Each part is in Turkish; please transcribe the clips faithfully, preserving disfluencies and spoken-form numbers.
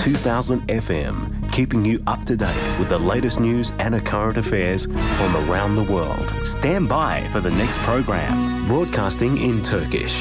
two thousand F M, keeping you up to date with the latest news and current affairs from around the world. Stand by for the next program, broadcasting in Turkish.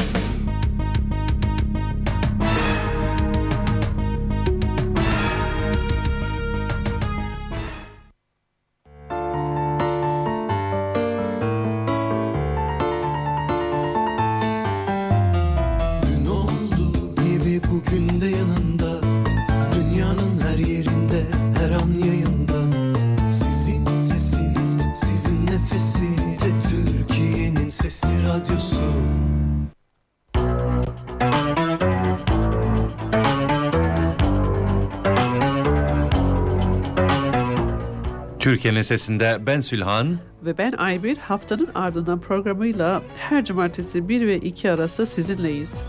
Türkiye'nin sesinde ben Sülhan ve ben Aybir, haftanın ardından programıyla her cumartesi bir ve iki arası sizinleyiz.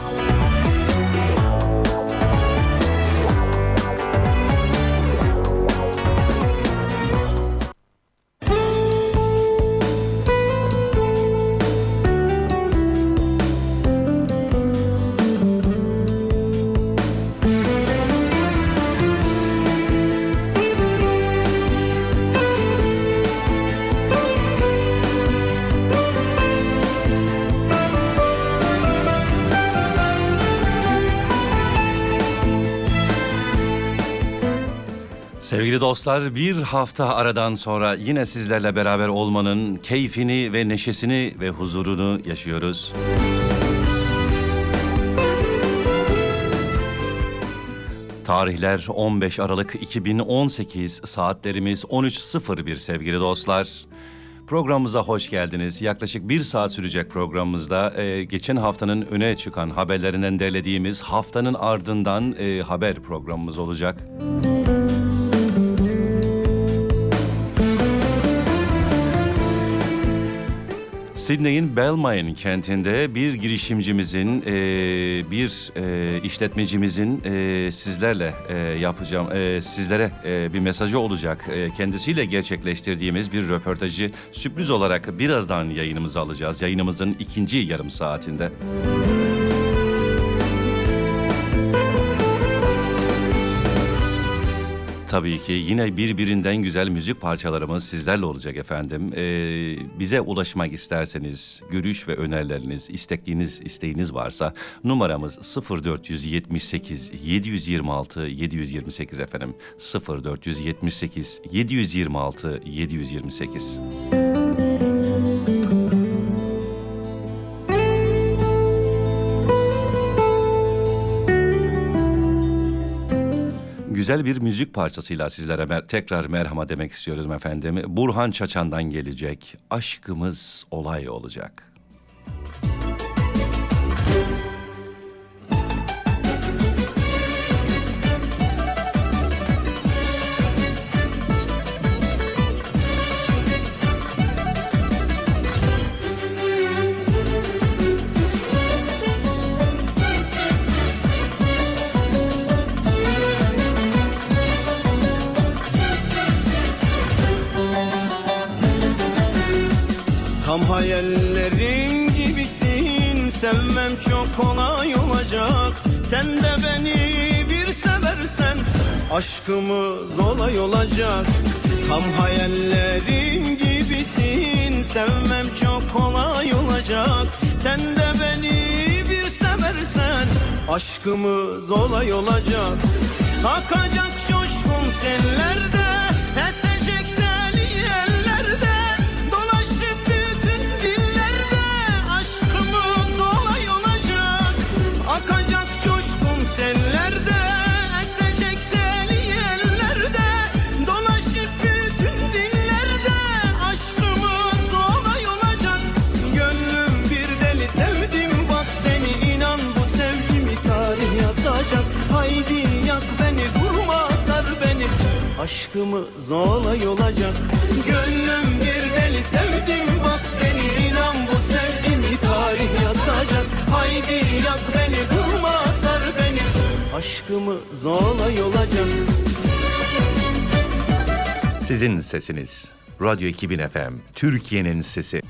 Sevgili dostlar, bir hafta aradan sonra yine sizlerle beraber olmanın keyfini ve neşesini ve huzurunu yaşıyoruz. Tarihler on beş Aralık iki bin on sekiz, saatlerimiz on üç sıfır bir sevgili dostlar. Programımıza hoş geldiniz. Yaklaşık bir saat sürecek programımızda e, geçen haftanın öne çıkan haberlerinden derlediğimiz haftanın ardından e, haber programımız olacak. Sydney'in Balmain kentinde bir girişimcimizin, e, bir e, işletmecimizin e, sizlerle e, yapacağım, e, sizlere e, bir mesajı olacak. E, kendisiyle gerçekleştirdiğimiz bir röportajı sürpriz olarak birazdan yayınımıza alacağız. Yayınımızın ikinci yarım saatinde. Tabii ki yine birbirinden güzel müzik parçalarımız sizlerle olacak efendim. Ee, bize ulaşmak isterseniz, görüş ve önerileriniz, istekliğiniz, isteğiniz varsa numaramız sıfır dört yedi sekiz yedi yirmi altı yedi yirmi sekiz efendim. sıfır dört yedi sekiz yedi yirmi altı yedi yirmi sekiz. Güzel bir müzik parçasıyla sizlere mer- tekrar merhaba demek istiyoruz efendim. Burhan Çaçan'dan gelecek, aşkımız olay olacak. Tam hayallerim gibisin, sevmem çok kolay olacak. Sen de beni bir seversen, aşkımız olay olacak. Tam hayallerim gibisin, sevmem çok kolay olacak. Sen de beni bir seversen, aşkımız olay olacak. Akacak coşkun sellerde, esecek deli ellerde, dolaşıp bütün dillerde, aşkımız olay olacak. Akacak coşkun sellerde, esecek deli ellerde, dolaşıp bütün dillerde, aşkımız olay olacak. Gönlüm bir deli sevdim, bak seni, inan bu sevgimi tarih yazacak. Haydi yak beni, durma sar beni, aşkımız olay olacak. Gönlüm bir deli sevdim, bak seni, inan bu sevgimi tarih yazacak. Haydi yak beni, durma sar beni, aşkımız olay olacak. Sizin sesiniz, Radyo iki bin F M, Türkiye'nin sesi.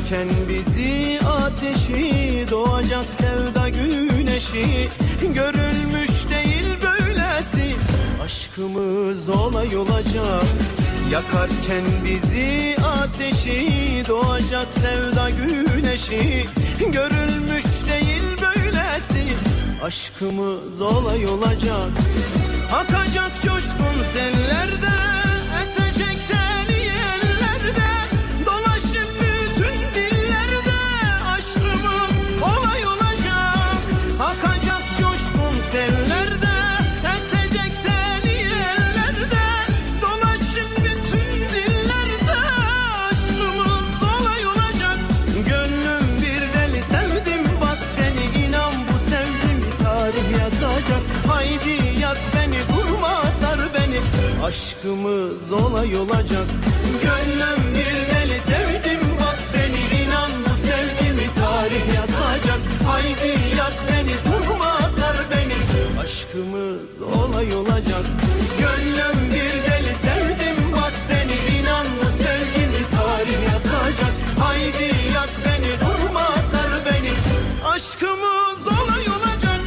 Yakarken bizi ateşi, doğacak sevda güneşi. Görülmüş değil böylesi, aşkımız olay olacak. Yakarken bizi ateşi, doğacak sevda güneşi. Görülmüş değil böylesi, aşkımız olay olacak. Akacak coşkun sellerde, esecek seni ellerde. Dolaşıp bütün dillerde, aşkımız olay olacak. Akacak coşkun sellerde, esecek seni ellerde. Dolaşıp bütün dillerde, aşkımız olay olacak. Gönlüm bir deli sevdim bak seni, inan bu sevdim tarih yazacak. Haydi yak beni, durma sar beni, aşkımız olay olacak. Gönlüm bir deli sevdim bak seni, inan bu sevgimi tarih yazacak. Haydi yak beni, durma sar beni, aşkımız olay olacak. Gönlüm bir deli sevdim bak seni, inan bu sevgimi tarih yazacak. Haydi yak beni, durma sar beni, aşkımız olay olacak.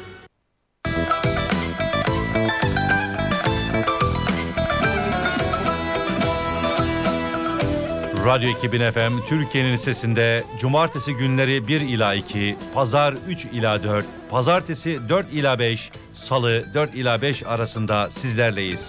Radyo iki bin F M Türkiye'nin sesinde cumartesi günleri bir ila iki, pazar üç ila dört, pazartesi dört ila beş, salı dört ila beş arasında sizlerleyiz.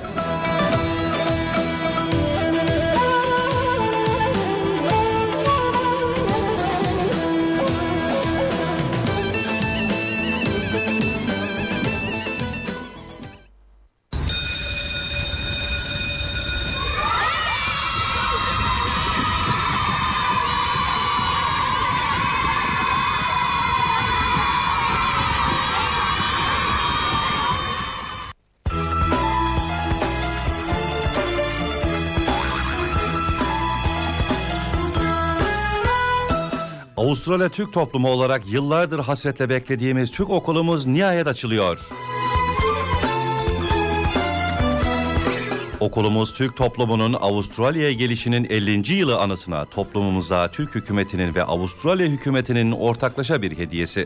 Avustralya Türk toplumu olarak yıllardır hasretle beklediğimiz Türk okulumuz nihayet açılıyor. Okulumuz Türk toplumunun Avustralya'ya gelişinin ellinci yılı anısına toplumumuza Türk hükümetinin ve Avustralya hükümetinin ortaklaşa bir hediyesi.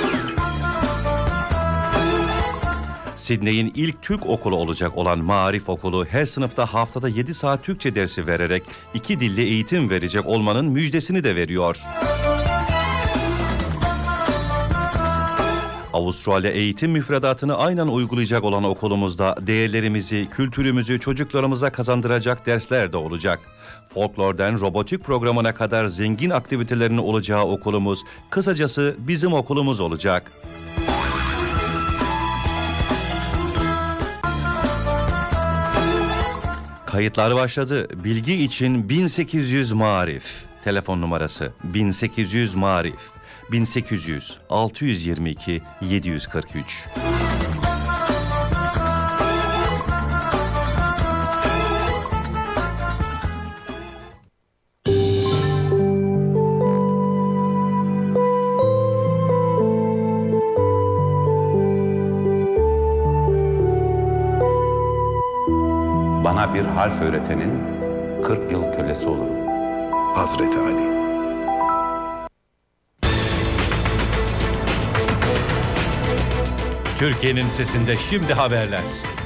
Sydney'in ilk Türk okulu olacak olan Maarif Okulu her sınıfta haftada yedi saat Türkçe dersi vererek iki dilli eğitim verecek olmanın müjdesini de veriyor. Avustralya eğitim müfredatını aynen uygulayacak olan okulumuzda değerlerimizi, kültürümüzü çocuklarımıza kazandıracak dersler de olacak. Folklor'dan robotik programına kadar zengin aktivitelerin olacağı okulumuz, kısacası bizim okulumuz olacak. Kayıtlar başladı. Bilgi için bin sekiz yüz Maarif. Telefon numarası bin sekiz yüz Maarif. bin sekiz yüz altı yüz yirmi iki yedi yüz kırk üç. Bana bir harf öğretenin kırk yıl kölesi olurum. Hazreti Ali. Türkiye'nin sesinde şimdi haberler.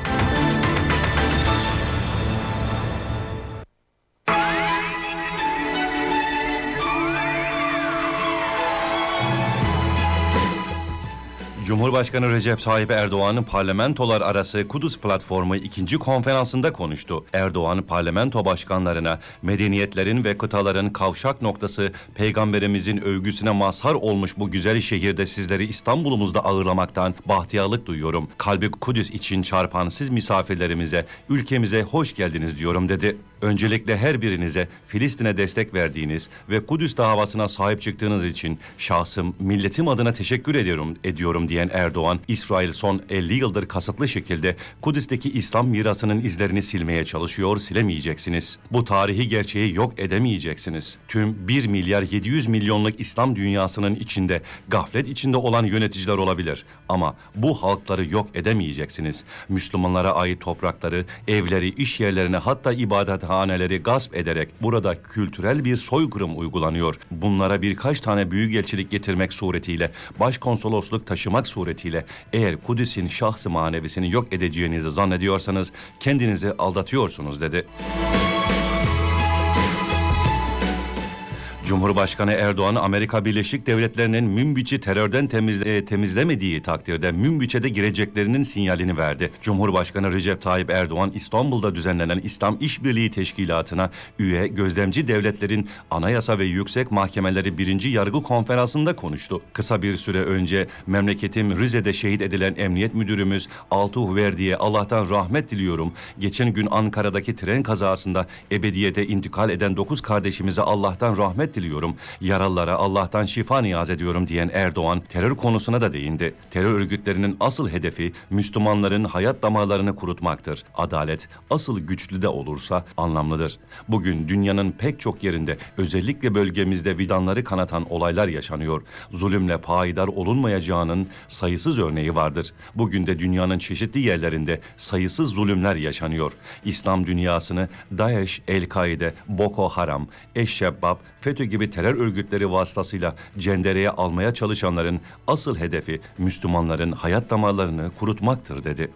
Cumhurbaşkanı Recep Tayyip Erdoğan'ın parlamentolar arası Kudüs platformu ikinci konferansında konuştu. Erdoğan parlamento başkanlarına medeniyetlerin ve kıtaların kavşak noktası Peygamberimizin övgüsüne mazhar olmuş bu güzel şehirde sizleri İstanbul'umuzda ağırlamaktan bahtiyarlık duyuyorum. Kalbi Kudüs için çarpan siz misafirlerimize, ülkemize hoş geldiniz diyorum dedi. Öncelikle her birinize Filistin'e destek verdiğiniz ve Kudüs davasına sahip çıktığınız için şahsım, milletim adına teşekkür ediyorum, ediyorum diyen Erdoğan, İsrail son elli yıldır kasıtlı şekilde Kudüs'teki İslam mirasının izlerini silmeye çalışıyor, silemeyeceksiniz. Bu tarihi gerçeği yok edemeyeceksiniz. Tüm bir milyar yedi yüz milyonluk İslam dünyasının içinde gaflet içinde olan yöneticiler olabilir. Ama bu halkları yok edemeyeceksiniz. Müslümanlara ait toprakları, evleri, iş yerlerini hatta ibadet haneleri gasp ederek burada kültürel bir soykırım uygulanıyor. Bunlara birkaç tane büyükelçilik getirmek suretiyle, başkonsolosluk taşımak suretiyle eğer Kudüs'ün şahs-ı manevisini yok edeceğinizi zannediyorsanız kendinizi aldatıyorsunuz dedi. Cumhurbaşkanı Erdoğan, Amerika Birleşik Devletleri'nin Münbiç'i terörden temizle, temizlemediği takdirde Münbiç'e de gireceklerinin sinyalini verdi. Cumhurbaşkanı Recep Tayyip Erdoğan, İstanbul'da düzenlenen İslam İşbirliği Teşkilatı'na üye gözlemci devletlerin anayasa ve yüksek mahkemeleri birinci Yargı Konferansı'nda konuştu. Kısa bir süre önce memleketim Rize'de şehit edilen Emniyet Müdürümüz Altuğ Verdi'ye Allah'tan rahmet diliyorum. Geçen gün Ankara'daki tren kazasında ebediyete intikal eden dokuz kardeşimize Allah'tan rahmet diliyorum. Yaralılara Allah'tan şifa niyaz ediyorum diyen Erdoğan terör konusuna da değindi. Terör örgütlerinin asıl hedefi Müslümanların hayat damarlarını kurutmaktır. Adalet asıl güçlü de olursa anlamlıdır. Bugün dünyanın pek çok yerinde özellikle bölgemizde vicdanları kanatan olaylar yaşanıyor. Zulümle payidar olunmayacağının sayısız örneği vardır. Bugün de dünyanın çeşitli yerlerinde sayısız zulümler yaşanıyor. İslam dünyasını DAEŞ, El-Kaide, Boko Haram, Eşşebbab, FETÖ gibi terör örgütleri vasıtasıyla cendereye almaya çalışanların asıl hedefi Müslümanların hayat damarlarını kurutmaktır dedi.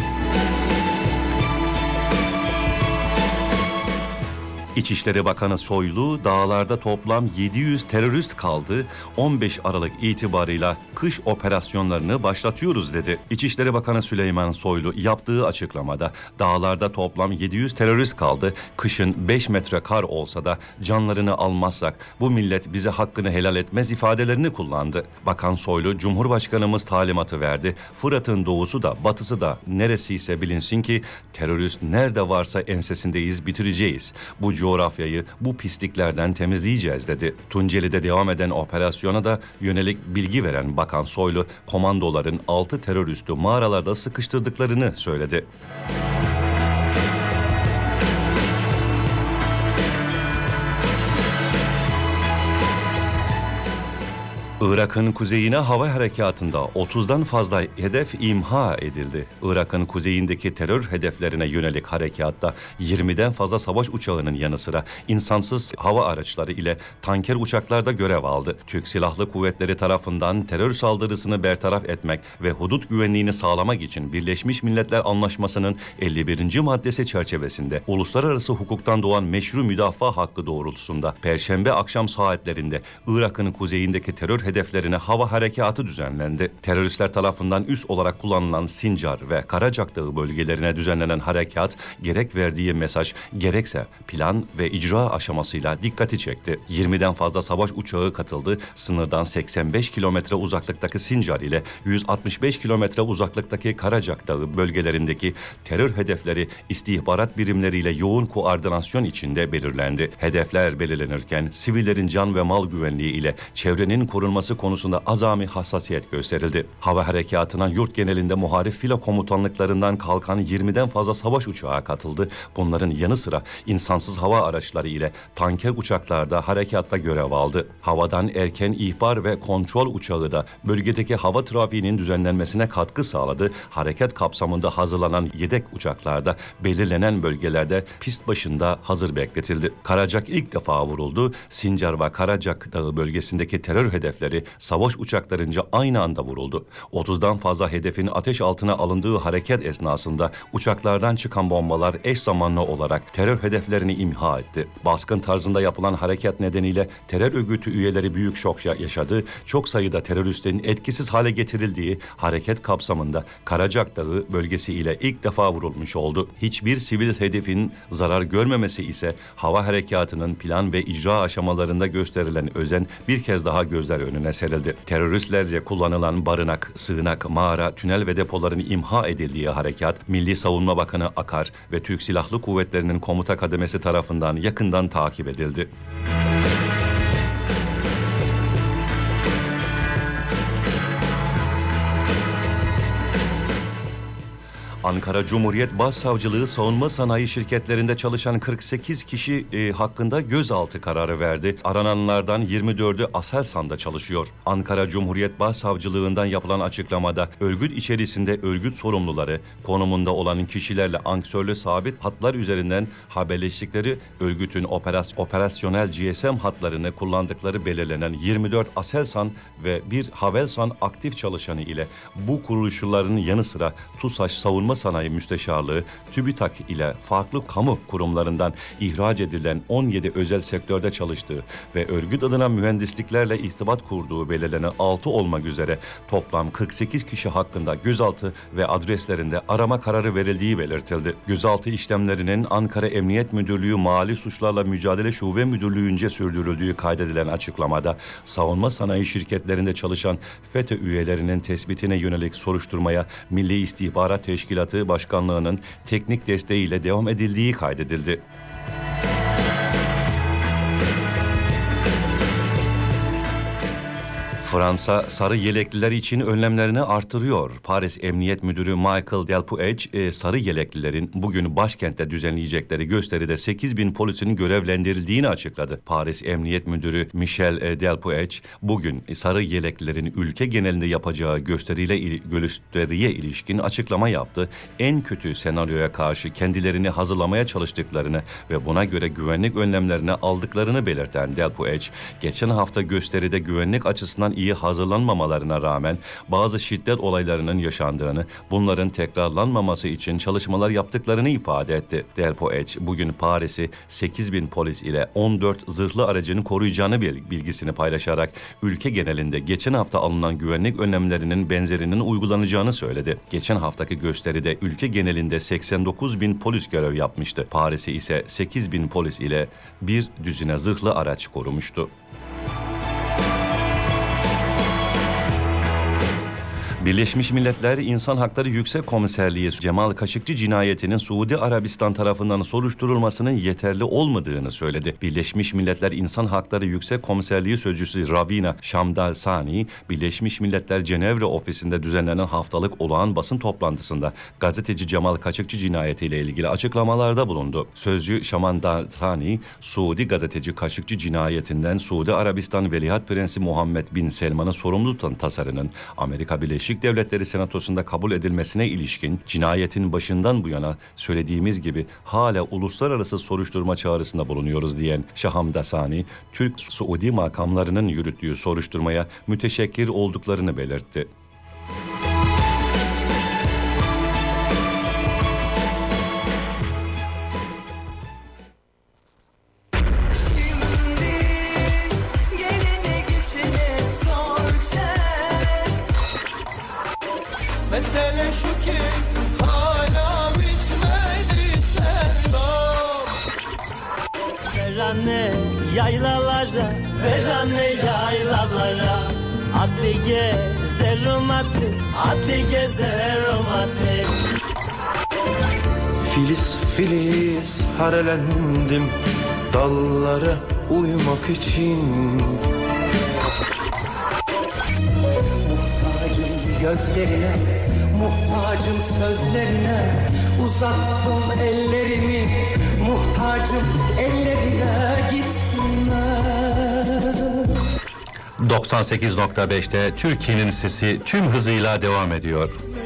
İçişleri Bakanı Soylu, dağlarda toplam yedi yüz terörist kaldı, on beş Aralık itibarıyla kış operasyonlarını başlatıyoruz dedi. İçişleri Bakanı Süleyman Soylu yaptığı açıklamada, dağlarda toplam yedi yüz terörist kaldı, kışın beş metre kar olsa da canlarını almazsak bu millet bize hakkını helal etmez ifadelerini kullandı. Bakan Soylu, Cumhurbaşkanımız talimatı verdi, Fırat'ın doğusu da batısı da neresiyse bilinsin ki terörist nerede varsa ensesindeyiz, bitireceğiz. Bu coğrafyayı bu pisliklerden temizleyeceğiz dedi. Tunceli'de devam eden operasyona da yönelik bilgi veren Bakan Soylu, komandoların altı teröristi mağaralarda sıkıştırdıklarını söyledi. Irak'ın kuzeyine hava harekatında otuzdan fazla hedef imha edildi. Irak'ın kuzeyindeki terör hedeflerine yönelik harekatta yirmiden fazla savaş uçağının yanı sıra insansız hava araçları ile tanker uçaklarda görev aldı. Türk Silahlı Kuvvetleri tarafından terör saldırısını bertaraf etmek ve hudut güvenliğini sağlamak için Birleşmiş Milletler Anlaşması'nın elli birinci maddesi çerçevesinde uluslararası hukuktan doğan meşru müdafaa hakkı doğrultusunda Perşembe akşam saatlerinde Irak'ın kuzeyindeki terör hedeflerine hava harekatı düzenlendi. Teröristler tarafından üs olarak kullanılan Sincar ve Karacak Dağı bölgelerine düzenlenen harekat gerek verdiği mesaj gerekse plan ve icra aşamasıyla dikkati çekti. yirmiden fazla savaş uçağı katıldı. Sınırdan seksen beş kilometre uzaklıktaki Sincar ile yüz altmış beş kilometre uzaklıktaki Karacak Dağı bölgelerindeki terör hedefleri istihbarat birimleriyle yoğun koordinasyon içinde belirlendi. Hedefler belirlenirken sivillerin can ve mal güvenliği ile çevrenin korunması konusunda azami hassasiyet gösterildi. Hava harekatına yurt genelinde muharif filo komutanlıklarından kalkan yirmiden fazla savaş uçağı katıldı. Bunların yanı sıra insansız hava araçları ile tanker uçaklarda harekatta görev aldı. Havadan erken ihbar ve kontrol uçağı da bölgedeki hava trafiğinin düzenlenmesine katkı sağladı. Harekat kapsamında hazırlanan yedek uçaklarda belirlenen bölgelerde pist başında hazır bekletildi. Karacak ilk defa vuruldu. Sincar ve Karacak Dağı bölgesindeki terör hedefleri savaş uçaklarınca aynı anda vuruldu. otuzdan fazla hedefin ateş altına alındığı hareket esnasında uçaklardan çıkan bombalar eş zamanlı olarak terör hedeflerini imha etti. Baskın tarzında yapılan harekat nedeniyle terör örgütü üyeleri büyük şok yaşadı. Çok sayıda teröristin etkisiz hale getirildiği hareket kapsamında Karacak Dağı bölgesi ile ilk defa vurulmuş oldu. Hiçbir sivil hedefin zarar görmemesi ise hava harekatının plan ve icra aşamalarında gösterilen özen bir kez daha gözler önüne serildi. Teröristlerce kullanılan barınak, sığınak, mağara, tünel ve depoların imha edildiği harekat, Milli Savunma Bakanı Akar ve Türk Silahlı Kuvvetleri'nin komuta kademesi tarafından yakından takip edildi. Ankara Cumhuriyet Başsavcılığı savunma sanayi şirketlerinde çalışan kırk sekiz kişi e, hakkında gözaltı kararı verdi. Arananlardan yirmi dördü Aselsan'da çalışıyor. Ankara Cumhuriyet Başsavcılığından yapılan açıklamada örgüt içerisinde örgüt sorumluları konumunda olan kişilerle anksörlü sabit hatlar üzerinden haberleştikleri örgütün operas operasyonel G S M hatlarını kullandıkları belirlenen yirmi dört Aselsan ve bir Havelsan aktif çalışanı ile bu kuruluşların yanı sıra TUSAŞ Savunma Sanayi Müsteşarlığı, TÜBİTAK ile farklı kamu kurumlarından ihraç edilen on yedi özel sektörde çalıştığı ve örgüt adına mühendisliklerle irtibat kurduğu belirlenen altı olmak üzere toplam kırk sekiz kişi hakkında gözaltı ve adreslerinde arama kararı verildiği belirtildi. Gözaltı işlemlerinin Ankara Emniyet Müdürlüğü Mali Suçlarla Mücadele Şube Müdürlüğü'nce sürdürüldüğü kaydedilen açıklamada savunma sanayi şirketlerinde çalışan FETÖ üyelerinin tespitine yönelik soruşturmaya Milli İstihbarat Teşkilatı Başkanlığı'nın teknik desteğiyle devam edildiği kaydedildi. Fransa sarı yelekliler için önlemlerini artırıyor. Paris Emniyet Müdürü Michael Delpuech, sarı yeleklilerin bugün başkentte düzenleyecekleri gösteride sekiz bin polisin görevlendirildiğini açıkladı. Paris Emniyet Müdürü Michel Delpuech, bugün sarı yeleklilerin ülke genelinde yapacağı gösteriyle gösteriye ilişkin açıklama yaptı. En kötü senaryoya karşı kendilerini hazırlamaya çalıştıklarını ve buna göre güvenlik önlemlerini aldıklarını belirten Delpuech, geçen hafta gösteride güvenlik açısından iyi hazırlanmamalarına rağmen bazı şiddet olaylarının yaşandığını, bunların tekrarlanmaması için çalışmalar yaptıklarını ifade etti. Delpuech bugün Paris'i sekiz bin polis ile on dört zırhlı aracını koruyacağını bilgisini paylaşarak ülke genelinde geçen hafta alınan güvenlik önlemlerinin benzerinin uygulanacağını söyledi. Geçen haftaki gösteride ülke genelinde seksen dokuz bin polis görev yapmıştı. Paris'i ise sekiz bin polis ile bir düzine zırhlı araç korumuştu. Birleşmiş Milletler İnsan Hakları Yüksek Komiserliği Cemal Kaşıkçı cinayetinin Suudi Arabistan tarafından soruşturulmasının yeterli olmadığını söyledi. Birleşmiş Milletler İnsan Hakları Yüksek Komiserliği Sözcüsü Rabina Şamdasani, Birleşmiş Milletler Cenevre ofisinde düzenlenen haftalık olağan basın toplantısında gazeteci Cemal Kaşıkçı cinayetiyle ilgili açıklamalarda bulundu. Sözcü Şamdasani, Suudi gazeteci Kaşıkçı cinayetinden Suudi Arabistan Veliaht Prensi Muhammed Bin Selman'ın sorumlu tutan tasarının Amerika Birleşik Devletleri Senatosu'nda kabul edilmesine ilişkin cinayetin başından bu yana söylediğimiz gibi hala uluslararası soruşturma çağrısında bulunuyoruz diyen Şahamdasani, Türk-Suudi makamlarının yürüttüğü soruşturmaya müteşekkir olduklarını belirtti. Mesele şu ki hala bitmedi sevdam. Ver anne yaylalara, ver anne yaylalara. Atlı gezerim atlı, atlı gezerim atlı. Filiz filiz harelendim dallara uyumak için. Gözlerine, muhtacım sözlerine, uzattım ellerimi, muhtacım ellerine gitme. doksan sekiz nokta beşte Türkiye'nin sesi tüm hızıyla devam ediyor.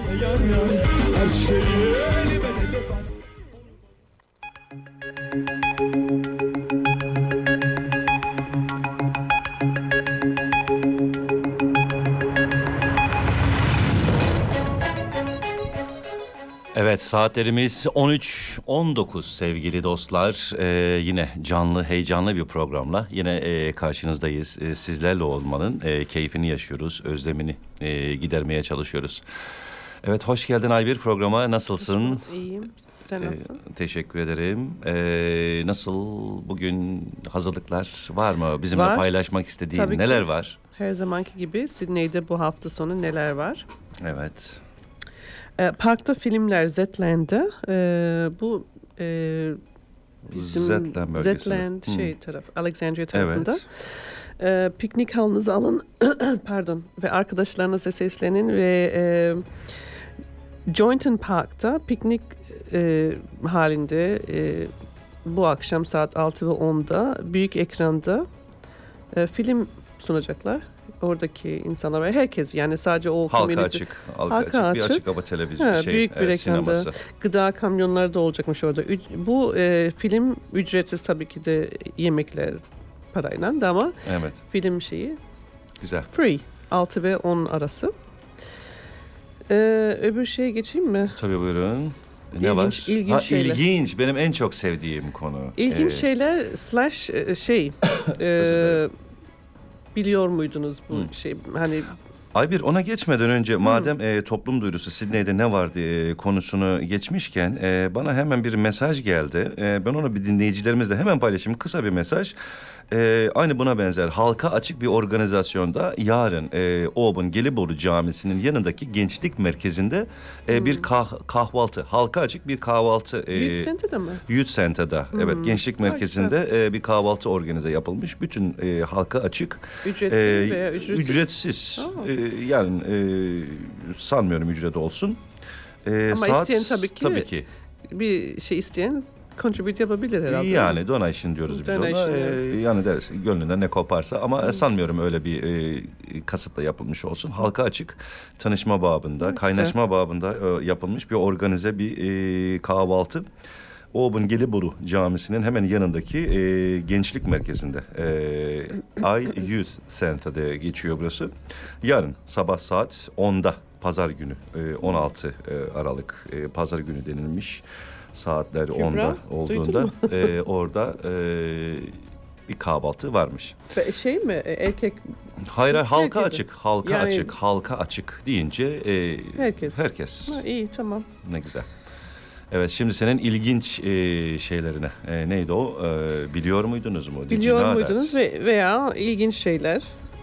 Evet, saatlerimiz on üç on dokuz sevgili dostlar. Ee, yine canlı, heyecanlı bir programla yine e, karşınızdayız. E, sizlerle olmanın e, keyfini yaşıyoruz, özlemini e, gidermeye çalışıyoruz. Evet, hoş geldin Aybir programa. Nasılsın? İyiyim. Sen nasılsın? Ee, teşekkür ederim. Ee, nasıl bugün hazırlıklar var mı? Bizimle var. Paylaşmak istediğin Tabii neler ki. var? Her zamanki gibi Sydney'de bu hafta sonu neler var? Evet. E, Parkta Filmler Zetland'da. E, bu e, bizim Zetland bölgesi. Zetland şey hmm. taraf, Alexandria tarafında. Evet. E, piknik halınızı alın pardon ve arkadaşlarınıza seslenin ve e, Jointon Park'ta piknik e, halinde e, bu akşam saat altı ve onda büyük ekranda e, film sunacaklar. Oradaki insanlar ve herkes, yani sadece o Halka community- açık, halka, halka açık, bir açık. açık hava televizyon Ha, şey, büyük bir e, ekranda. sineması. Gıda kamyonları da olacakmış orada. Ü- Bu e, film ücretsiz tabii ki de, yemekler parayla da, ama Evet, film şeyi güzel. free. altı ve on arası. Ee, öbür şeye geçeyim mi? Tabii buyurun. Ne İlginç- var? ilginç ha, şeyler. İlginç, benim en çok sevdiğim konu. İlginç Ee, şeyler slash e, şey e, dilerim. biliyor muydunuz bu Hı. şey, hani Aybir, ona geçmeden önce madem e, toplum duyurusu Sidney'de ne vardı e, konusunu geçmişken e, bana hemen bir mesaj geldi. E, ben onu bir dinleyicilerimizle hemen paylaşayım. Kısa bir mesaj. E, aynı buna benzer halka açık bir organizasyonda yarın e, Oğuz'un Gelibolu Camisi'nin yanındaki gençlik merkezinde e, bir kah- kahvaltı, halka açık bir kahvaltı. E, Youth Center'da mı? Youth Center'da, evet, gençlik Ha, merkezinde e, bir kahvaltı organize yapılmış. Bütün e, halka açık. Ücretli Ee, veya ücretsiz? ücretsiz. Aa. Ee, yani e, sanmıyorum ücret olsun. Ee, Ama saat, isteyen tabii ki- Tabii ki. Bir şey isteyen contribute yapabilir herhalde. Yani donation diyoruz biz Donation, ona. Ee, evet. yani deriz gönlünden ne koparsa, ama sanmıyorum öyle bir e, kasıtla yapılmış olsun. Halka açık, tanışma babında, Evet, kaynaşma babında e, yapılmış bir organize bir e, kahvaltı. Oğuz'un Gelibolu Camisi'nin hemen yanındaki e, gençlik merkezinde. E, I Youth Center'da geçiyor burası. Yarın sabah saat onda, pazar günü, e, on altı e, Aralık e, pazar günü denilmiş. Saatler Kübra, onda duydun olduğunda mu? e, orada e, bir kahvaltı varmış. Ve şey mi, e, erkek Hayır, hayır, halka herkese. açık, halka Yani- açık, halka açık deyince e, Herkes. herkes. Ha, iyi, tamam. Ne güzel. Evet, şimdi senin ilginç e, şeylerine e, neydi o? E, biliyor muydunuz mu? Did you Biliyor know muydunuz that? ve veya ilginç şeyler.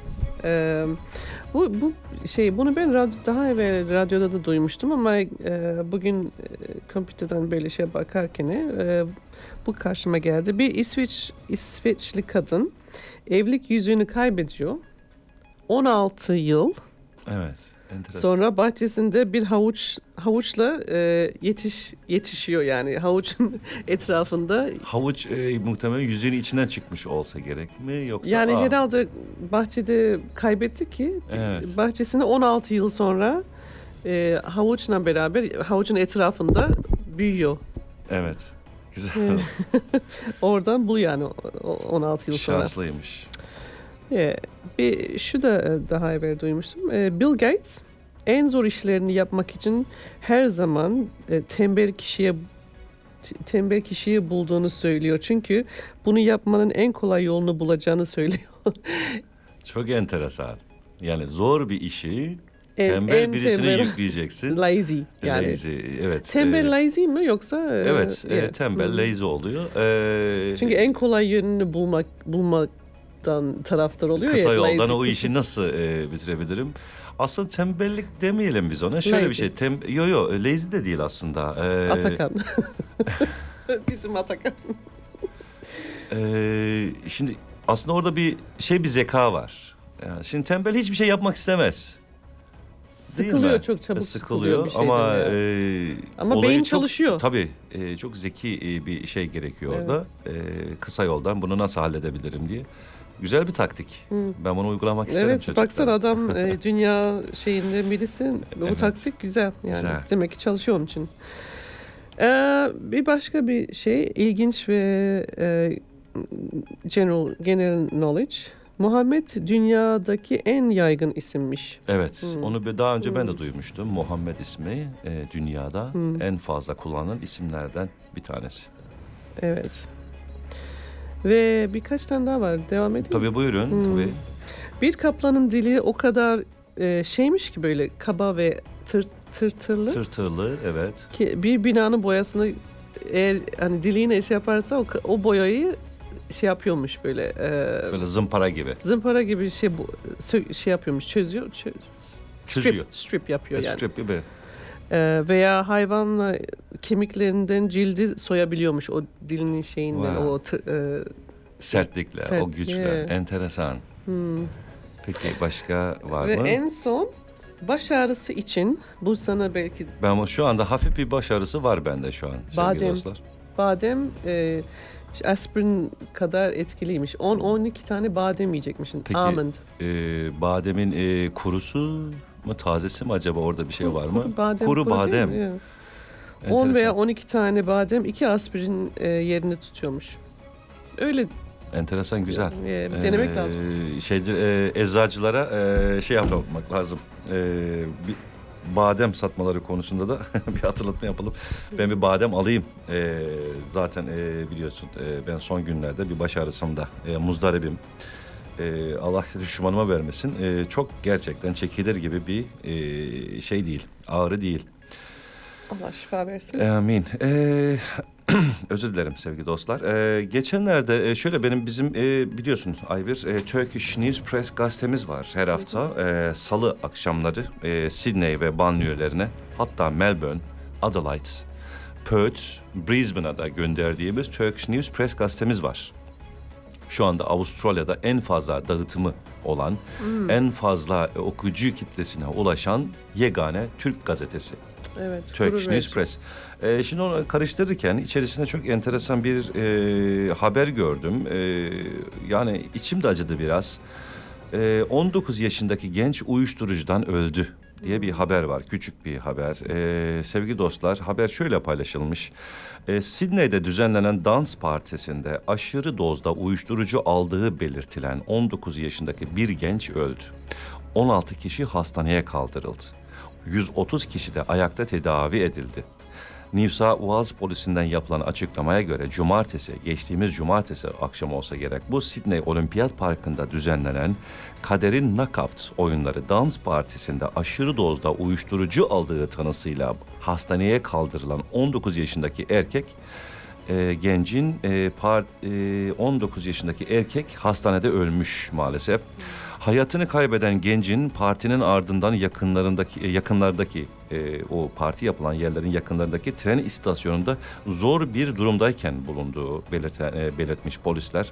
Ee, bu bu şey bunu ben radyo, daha evvel radyoda da duymuştum, ama e, bugün e, kompüterden böyle şey bakarken e, bu karşıma geldi. Bir İsveç İsveçli kadın evlilik yüzüğünü kaybediyor. on altı yıl Evet, enteresan. sonra bahçesinde bir havuç havuçla e, yetiş yetişiyor, yani havuçun etrafında. Havuç e, muhtemelen yüzüğün içinden çıkmış olsa gerek mi, yoksa? Yani Aa, herhalde bahçede kaybetti ki Evet. bahçesinde on altı yıl sonra e, havuçla beraber havucun etrafında büyüyor. Evet, güzel. Oradan bu, yani o- o- on altı yıl sonra. Şanslıymış. E, bir şu da e, daha evvel duymuştum. E, Bill Gates en zor işlerini yapmak için her zaman e, tembel kişiye t- tembel kişiyi bulduğunu söylüyor. Çünkü bunu yapmanın en kolay yolunu bulacağını söylüyor. Çok enteresan. Yani zor bir işi En- tembel en birisine tembel- yükleyeceksin. Lazy yani. Lazy, evet. Tembel e, lazy mi yoksa? e, Evet, e, yeah. tembel, Hı. lazy oluyor. E, Çünkü en kolay yönünü bulmak bulmaktan taraftar oluyor Kısa ya. yoldan lazy o kısım. işi nasıl e, bitirebilirim? Aslında tembellik demeyelim biz ona. Şöyle Lazy. bir şey. Tem, yo yo lazy de değil aslında. E, Atakan. Bizim Atakan. e, şimdi aslında orada bir şey, bir zeka var. Yani şimdi tembel hiçbir şey yapmak istemez. Değil Sıkılıyor, mi? çok çabuk E, sıkılıyor bir şeyden ama ya. e, Ama olayı beyin çok- çalışıyor. Tabii e, çok zeki e, bir şey gerekiyor Evet. orada. E, kısa yoldan bunu nasıl halledebilirim diye. Güzel bir taktik. Ben bunu uygulamak isterim Evet, çocuklara. baksana adam e, dünya şeyinde birisi. Bu Evet. taktik güzel. Yani Güzel. demek ki çalışıyor onun için. Ee, bir başka bir şey, ilginç ve e, general genel knowledge. Muhammed dünyadaki en yaygın isimmiş. Evet, Hmm. onu bir- daha önce ben de duymuştum. Muhammed ismi e, dünyada Hmm. en fazla kullanılan isimlerden bir tanesi. Evet. Ve birkaç tane daha var. Devam edeyim mi? Tabii buyurun. Hmm. Tabii. Bir kaplanın dili o kadar e, şeymiş ki, böyle kaba ve tır, tırtırlı Tırtırlı, evet. ki bir binanın boyasını eğer hani diliyle şey yaparsa o, o boyayı şey yapıyormuş böyle, e, Böyle zımpara gibi. zımpara gibi şey bu sö- şey yapıyormuş, çözüyor, çö- Çözüyor. strip strip yapıyor E, yani. strip gibi. E, veya hayvanla kemiklerinden cildi soyabiliyormuş o dilinin şeyinden, Wow. o tır- e, Sertlikle, Sert, o güçle. yeah. Enteresan. hmm. Peki başka var Ve mı? en son Baş ağrısı için bu sana belki Ben şu anda hafif bir baş ağrısı var bende şu an sevgili Badem. dostlar. badem e, işte aspirin kadar etkiliymiş. on on iki tane badem yiyecekmişsin. Peki Almond. e, bademin e, kurusu mu tazesi mi acaba, orada bir şey var mı? Kuru badem. Kuru kuru badem. değil mi? Evet. on Enteresan. veya on iki tane badem iki aspirin e, yerini tutuyormuş. Öyle Enteresan, güzel. e, denemek Ee, lazım. Şeydir, e, eczacılara e, şey yapmak lazım. E, bir badem satmaları konusunda da bir hatırlatma yapalım. Ben bir badem alayım. E, zaten e, biliyorsun e, ben son günlerde bir baş ağrısında e, muzdaribim. E, Allah düşmanıma vermesin. E, çok gerçekten çekilir gibi bir e, şey değil. Ağrı değil. Allah şifa versin. Amin. Ee, özür dilerim sevgili dostlar. Ee, geçenlerde e, şöyle benim bizim e, biliyorsun Ayvir e, Turkish News Press gazetemiz var her hafta. E, Salı akşamları e, Sydney ve banliyölerine, hatta Melbourne, Adelaide, Perth, Brisbane'a da gönderdiğimiz Turkish News Press gazetemiz var. Şu anda Avustralya'da en fazla dağıtımı olan, Hmm. en fazla e, okuyucu kitlesine ulaşan yegane Türk gazetesi. Evet. Turkish kuru News red. Press. Ee, şimdi onu karıştırırken içerisinde çok enteresan bir e, haber gördüm. E, yani içim de acıdı biraz. E, on dokuz yaşındaki genç uyuşturucudan öldü diye bir haber var. Küçük bir haber. E, sevgili dostlar, haber şöyle paylaşılmış. E, Sydney'de düzenlenen dans partisinde aşırı dozda uyuşturucu aldığı belirtilen on dokuz yaşındaki bir genç öldü. on altı kişi hastaneye kaldırıldı. yüz otuz kişi de ayakta tedavi edildi. New South Wales polisinden yapılan açıklamaya göre cumartesi, geçtiğimiz cumartesi akşam olsa gerek, bu Sydney Olimpiyat Parkı'nda düzenlenen Kader'in Knockout oyunları dans partisinde aşırı dozda uyuşturucu aldığı tanısıyla hastaneye kaldırılan on dokuz yaşındaki erkek, e, gencin e, part, e, on dokuz yaşındaki erkek hastanede ölmüş maalesef. Hayatını kaybeden gencin partinin ardından yakınlarındaki yakınlardaki e, o parti yapılan yerlerin yakınlarındaki tren istasyonunda zor bir durumdayken bulunduğu belirten, e, belirtmiş polisler.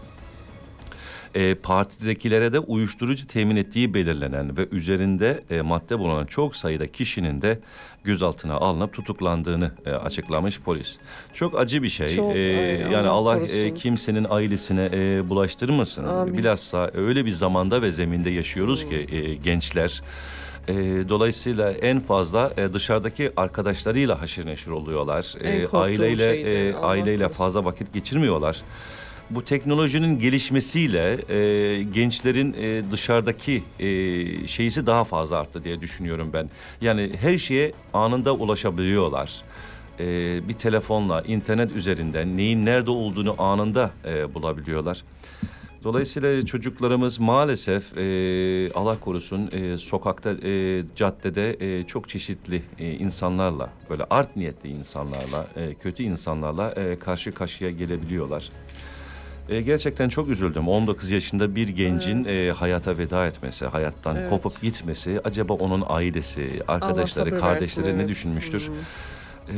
E, partidekilere de uyuşturucu temin ettiği belirlenen ve üzerinde e, madde bulunan çok sayıda kişinin de gözaltına alınıp tutuklandığını e, açıklamış polis. Çok acı bir şey. Çok, E, ay, yani Allah Allah korusun. e, kimsenin ailesine e, bulaştırmasın. Amin. Bilhassa öyle bir zamanda ve zeminde yaşıyoruz ki e, gençler. E, dolayısıyla en fazla e, dışarıdaki arkadaşlarıyla haşır neşir oluyorlar. En E, korktuğum aileyle şeydi. e, Allah aileyle korusun. fazla vakit geçirmiyorlar. Bu teknolojinin gelişmesiyle e, gençlerin e, dışarıdaki e, şeysi daha fazla arttı diye düşünüyorum ben. Yani her şeye anında ulaşabiliyorlar. E, bir telefonla, internet üzerinden neyin nerede olduğunu anında e, bulabiliyorlar. Dolayısıyla çocuklarımız maalesef e, Allah korusun e, sokakta, e, caddede e, çok çeşitli e, insanlarla, böyle art niyetli insanlarla, e, kötü insanlarla e, karşı karşıya gelebiliyorlar. E, gerçekten çok üzüldüm. on dokuz yaşında bir gencin Evet. e, hayata veda etmesi, hayattan Evet. kopup gitmesi, acaba onun ailesi, arkadaşları, sabır kardeşleri versin, ne evet. düşünmüştür? Hmm. E,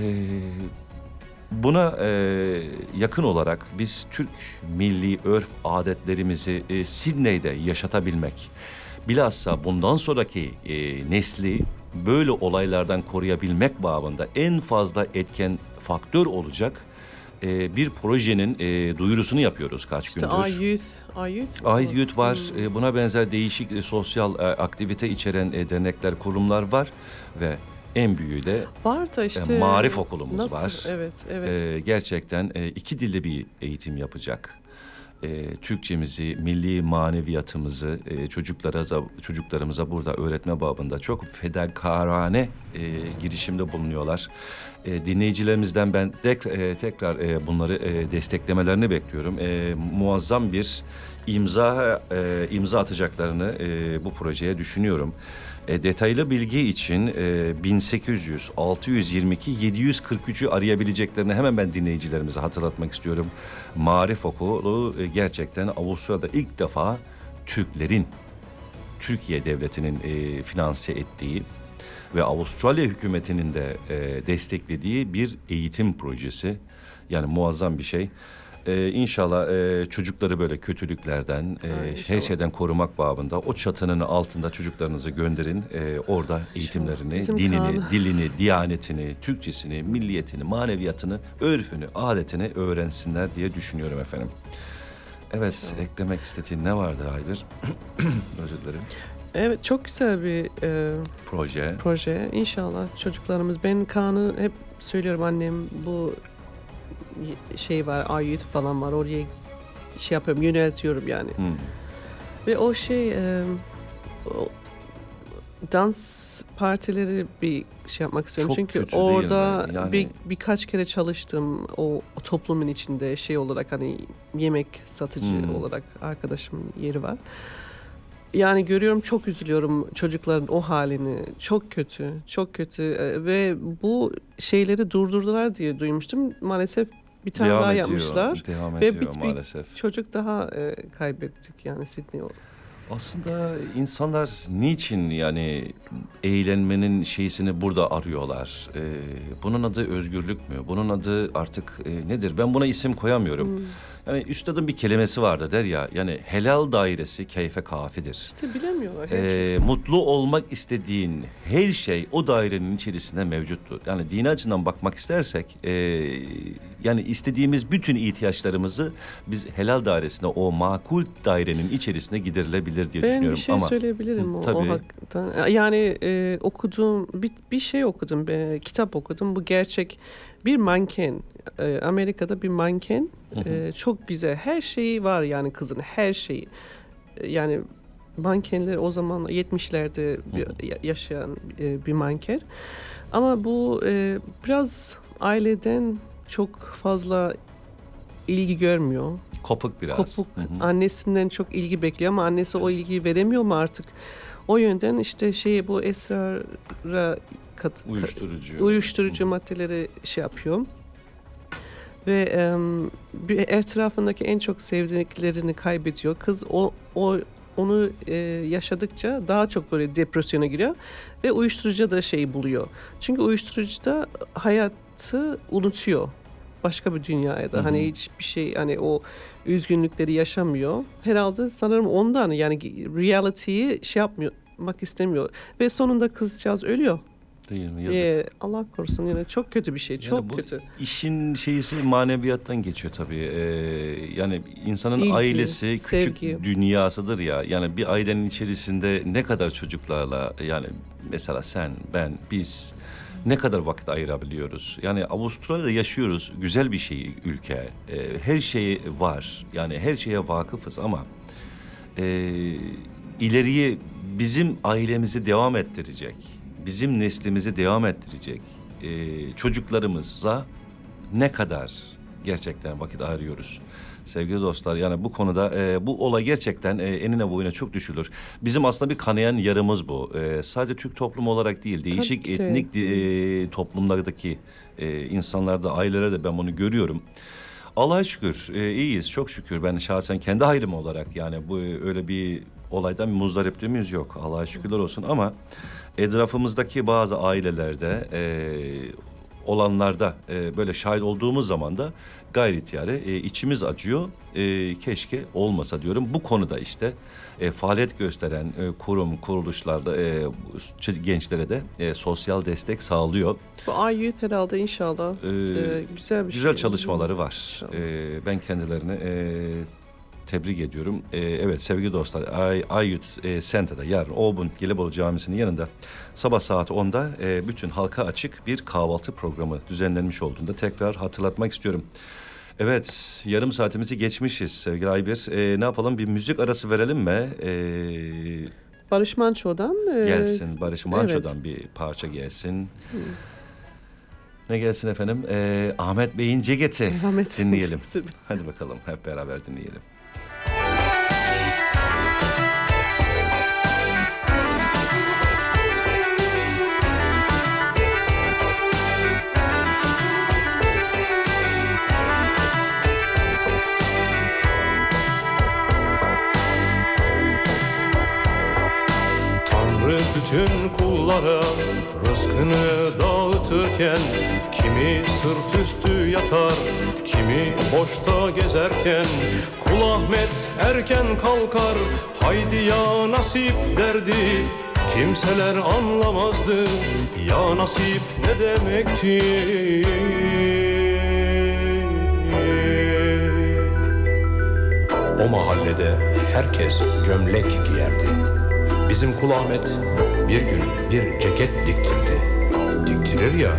buna e, yakın olarak biz Türk milli örf adetlerimizi e, Sydney'de yaşatabilmek, bilhassa bundan sonraki e, nesli böyle olaylardan koruyabilmek babında en fazla etken faktör olacak e, bir projenin e, duyurusunu yapıyoruz kaç İşte gündür. Our Youth. Our Youth. Ay Youth var, e, buna benzer değişik e, sosyal e, aktivite içeren e, dernekler, kurumlar var ve en büyüğü de Var da işte. e, Marif Okulumuz nasıl? var. Evet, evet. E, gerçekten e, iki dilli bir eğitim yapacak. E, Türkçemizi, milli maneviyatımızı e, çocuklara çocuklarımıza burada öğretme babında çok fedakarane e, girişimde bulunuyorlar. E, dinleyicilerimizden ben dek, e, tekrar e, bunları e, desteklemelerini bekliyorum. E, muazzam bir imza e, imza atacaklarını e, bu projeye düşünüyorum. E, detaylı bilgi için e, bin sekiz yüz altı yüz yirmi iki yedi yüz kırk üçü arayabileceklerini hemen ben dinleyicilerimize hatırlatmak istiyorum. Marif Okulu e, gerçekten Avustralya'da ilk defa Türklerin, Türkiye Devleti'nin e, finanse ettiği ve Avustralya hükümetinin de e, desteklediği bir eğitim projesi. Yani muazzam bir şey. Ee, inşallah e, çocukları böyle kötülüklerden, e, Ha, her inşallah. şeyden korumak babında o çatının altında çocuklarınızı gönderin. E, orada eğitimlerini, Bizim dinini, Kaan- dilini, diyanetini, Türkçesini, milliyetini, maneviyatını, örfünü, adetini öğrensinler diye düşünüyorum efendim. Evet, eklemek istediğin ne vardır Aybir? Özür dilerim. Evet, çok güzel bir e, Proje. proje. İnşallah çocuklarımız, ben Kaan'ı hep söylüyorum, annem bu y- şey var, Ayut falan var, oraya şey yapıyorum, yöneltiyorum yani. Hmm. Ve o şey e, o dans partileri bir şey yapmak istiyorum. Çok Çünkü kötü değil orada mi? Yani- bir birkaç kere çalıştım o, o toplumun içinde şey olarak, hani yemek satıcı Hmm. olarak arkadaşımın yeri var. Yani görüyorum, çok üzülüyorum çocukların o halini. Çok kötü, çok kötü. Ee, Ve bu şeyleri durdurdular diye duymuştum. Maalesef bir tane Devam daha ediyor, yapmışlar. Devam Ve ediyor biz bir maalesef. çocuk daha e, kaybettik yani Sydney. Aslında insanlar niçin yani eğlenmenin şeysini burada arıyorlar? Ee, bunun adı özgürlük mü? Bunun adı artık e, nedir? Ben buna isim koyamıyorum. Hmm. Yani üstadın bir kelimesi vardı der ya, yani helal dairesi keyfe kafidir. İşte bilemiyorlar. her Ee, çocuk. mutlu olmak istediğin her şey o dairenin içerisinde mevcuttur. Yani dini açıdan bakmak istersek, e, yani istediğimiz bütün ihtiyaçlarımızı biz helal dairesinde, o makul dairenin içerisinde giderilebilir diye Ben düşünüyorum. bir şey Ama söyleyebilirim Hı, o, tabii. o haktan. Yani e, okuduğum bir, bir şey okudum, bir kitap okudum. Bu gerçek bir manken. E, Amerika'da bir manken. E, çok güzel. Her şeyi var yani kızın, her şeyi. E, yani mankenler o zaman yetmişlerde bir, ya- yaşayan e, bir manken. Ama bu e, biraz aileden çok fazla ilgi görmüyor. kopuk biraz. Kopuk. Hı hı. Annesinden çok ilgi bekliyor ama annesi o ilgiyi veremiyor mu artık? O yönden işte şey, bu esrara kat, Uyuşturucu. uyuşturucu maddeleri şey yapıyor. Ve em, bir etrafındaki en çok sevdiklerini kaybediyor. Kız o o onu e, yaşadıkça daha çok böyle depresyona giriyor ve uyuşturucu da şey buluyor. Çünkü uyuşturucu da hayatı unutuyor. Başka bir dünyaya da. Hı hı. Hani hiçbir şey, hani o üzgünlükleri yaşamıyor. Herhalde sanırım ondan, yani reality'yi şey yapmak istemiyor. Ve sonunda kızcağız ölüyor. Değil mi? Yazık. Ee, Allah korusun, yani çok kötü bir şey. Yani Çok bu kötü. İşin şeysi maneviyattan geçiyor tabii. Ee, yani insanın İlgi, ailesi küçük sevgi. dünyasıdır ya. Yani bir ailenin içerisinde ne kadar çocuklarla, yani mesela sen, ben, biz ne kadar vakit ayırabiliyoruz? Yani Avustralya'da yaşıyoruz. Güzel bir şey ülke. Ee, her şey var. Yani her şeye vakıfız ama e, ileriye bizim ailemizi devam ettirecek, bizim neslimizi devam ettirecek e, çocuklarımıza ne kadar gerçekten vakit ayırıyoruz sevgili dostlar. Yani bu konuda e, bu olay gerçekten e, enine boyuna çok düşülür. Bizim aslında bir kanayan yarımız bu. E, sadece Türk toplumu olarak değil, değişik Tabii ki de. etnik e, toplumlardaki e, insanlarda, ailelerde ben bunu görüyorum. Allah'a şükür e, iyiyiz, çok şükür. Ben şahsen kendi ailem olarak yani bu e, öyle bir olaydan muzdaripliğimiz yok. Allah'a şükürler olsun ama etrafımızdaki bazı ailelerde e, olanlarda e, böyle şahit olduğumuz zaman da gayri ihtiyari e, içimiz acıyor. E, keşke olmasa diyorum. Bu konuda işte e, faaliyet gösteren e, kurum, kuruluşlarda e, gençlere de e, sosyal destek sağlıyor. Bu Ayut herhalde inşallah Ee, e, güzel bir Güzel şey. çalışmaları var. İnşallah. Ee, ben kendilerini e, tebrik ediyorum. Ee, evet sevgili dostlar, Ay, Ayut e, Center'da yarın Auburn Gelibolu Camisi'nin yanında sabah saat onda e, bütün halka açık bir kahvaltı programı düzenlenmiş olduğunda tekrar hatırlatmak istiyorum. Evet, yarım saatimizi geçmişiz sevgili Aybir. Ee, ne yapalım, bir müzik arası verelim mi? Ee, Barış Manço'dan e, gelsin, Barış Manço'dan evet. bir parça gelsin. Ne gelsin efendim? Ee, Ahmet Bey'in Ceketi Ahmet Bey'in dinleyelim. Ceketi. Hadi bakalım hep beraber dinleyelim. Tanrı bütün kullara rızık Rızkını dağıtırken kimi sırt üstü yatar, kimi boşta gezerken Kul Ahmet erken kalkar, haydi ya nasip derdi. Kimseler anlamazdı ya nasip ne demekti. O mahallede herkes gömlek giyerdi. Bizim Kul Ahmet bir gün bir ceket diktirdi. Diktirir ya.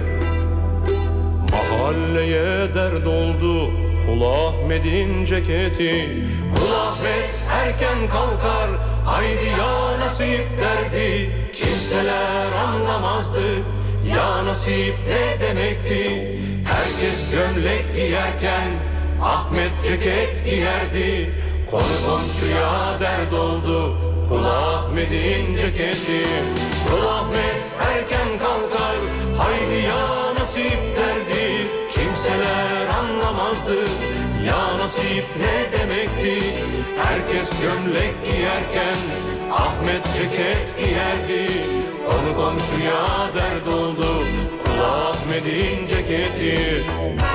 Mahalleye dert oldu Kul Ahmet'in ceketi. Kul Ahmet erken kalkar, haydi ya nasip derdi. Kimseler anlamazdı ya nasip ne demekti. Herkes gömlek giyerken Ahmet ceket giyerdi. Konu komşuya dert oldu Kul Ahmet'in ceketi. Kul Ahmet erken kalkar, haydi ya nasip derdi. Kimseler anlamazdı ya nasip ne demekti. Herkes gömlek giyerken Ahmet ceket giyerdi. Konu komşuya dert oldu Kul Ahmet'in ceketi.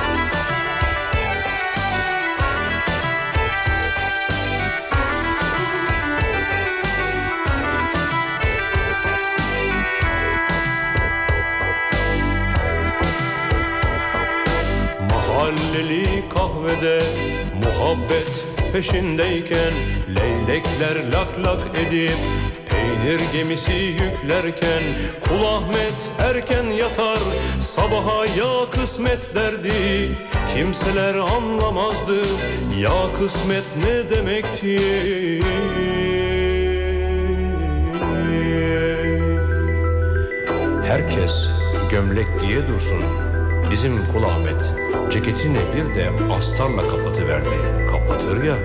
Mahalleli kahvede muhabbet peşindeyken leylekler lak lak edip peynir gemisi yüklerken Kul Ahmet erken yatar, sabaha ya kısmet derdi. Kimseler anlamazdı ya kısmet ne demekti. Herkes gömlek giye dursun, bizim Kul Ahmet ceketini bir de astarla kapatıverdi. Kapatır ya.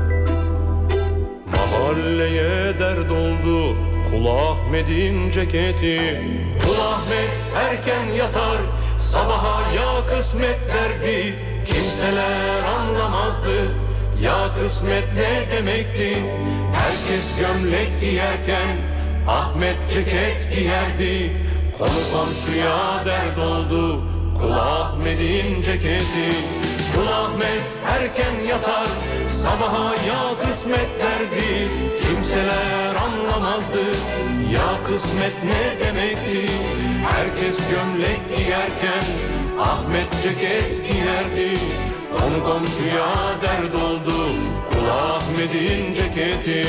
Mahalleye dert oldu Kul Ahmet'in ceketi. Kul Ahmet erken yatar, sabaha ya kısmet derdi. Kimseler anlamazdı ya kısmet ne demekti. Herkes gömlek giyerken Ahmet ceket giyerdi. Konu komşuya dert oldu Kul Ahmet'in ceketi. Kul Ahmet erken yatar, sabaha ya kısmet derdi. Kimseler anlamazdı ya kısmet ne demekti. Herkes gömlek giyerken Ahmet ceket giyerdi. Konu komşuya dert oldu Kul Ahmet'in ceketi.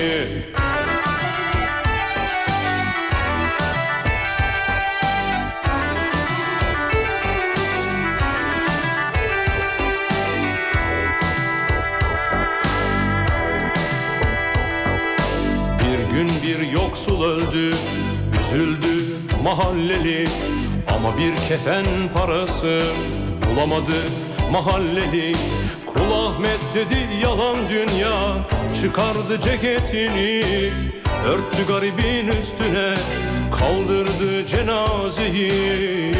Bir yoksul öldü, üzüldü mahalleli. Ama bir kefen parası bulamadı mahalleli. Kul Ahmet dedi yalan dünya, çıkardı ceketini. Örttü garibin üstüne, kaldırdı cenazeyi.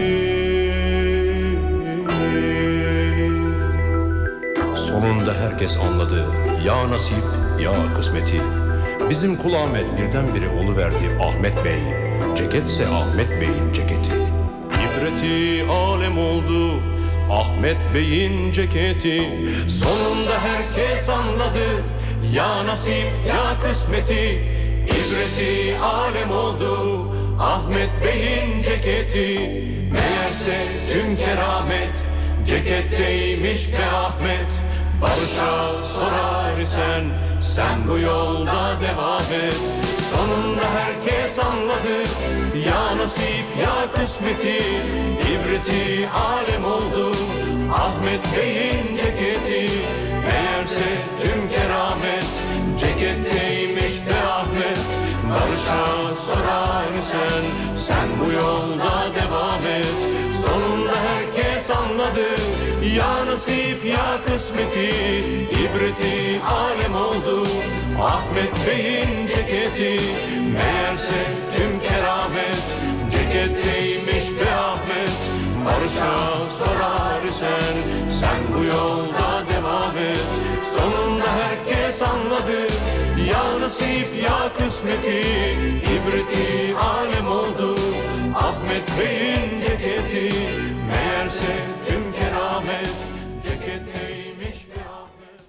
Sonunda herkes anladı ya nasip ya kısmeti. Bizim Kul Ahmet birdenbire oluverdi Ahmet Bey. Ceketse Ahmet Bey'in ceketi. İbreti alem oldu Ahmet Bey'in ceketi. Sonunda herkes anladı ya nasip ya kısmeti. İbreti alem oldu Ahmet Bey'in ceketi. Meğerse tüm keramet ceketteymiş be Ahmet. Barış'a sorar isen sen bu yolda devam et. Sonunda herkes anladı ya nasip ya kısmeti. İbreti alem oldu Ahmet Bey'in ceketi. Meğerse tüm keramet ceketteymiş be Ahmet. Barış'a sorar isen sen bu yolda devam et. Sonunda herkes anladı ya nasip ya kısmeti. İbreti alem oldu Ahmet Bey'in ceketi. Meğerse tüm keramet ceketteymiş be Ahmet. Barış'a sorar isen sen bu yolda devam et. Sonunda herkes anladı ya nasip ya kısmeti. İbreti alem oldu Ahmet Ahmet Bey'in ceketi, meğerse tüm keramet ceketteymiş be Ahmet.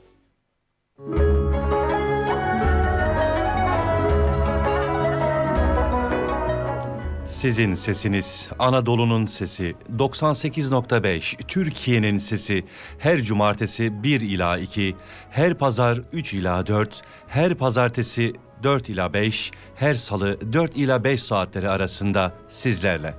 Sizin sesiniz, Anadolu'nun sesi, doksan sekiz nokta beş, Türkiye'nin sesi, her cumartesi bir ila iki, her pazar üç ila dört, her pazartesi dört ila beş, her salı dört ila beş saatleri arasında sizlerle.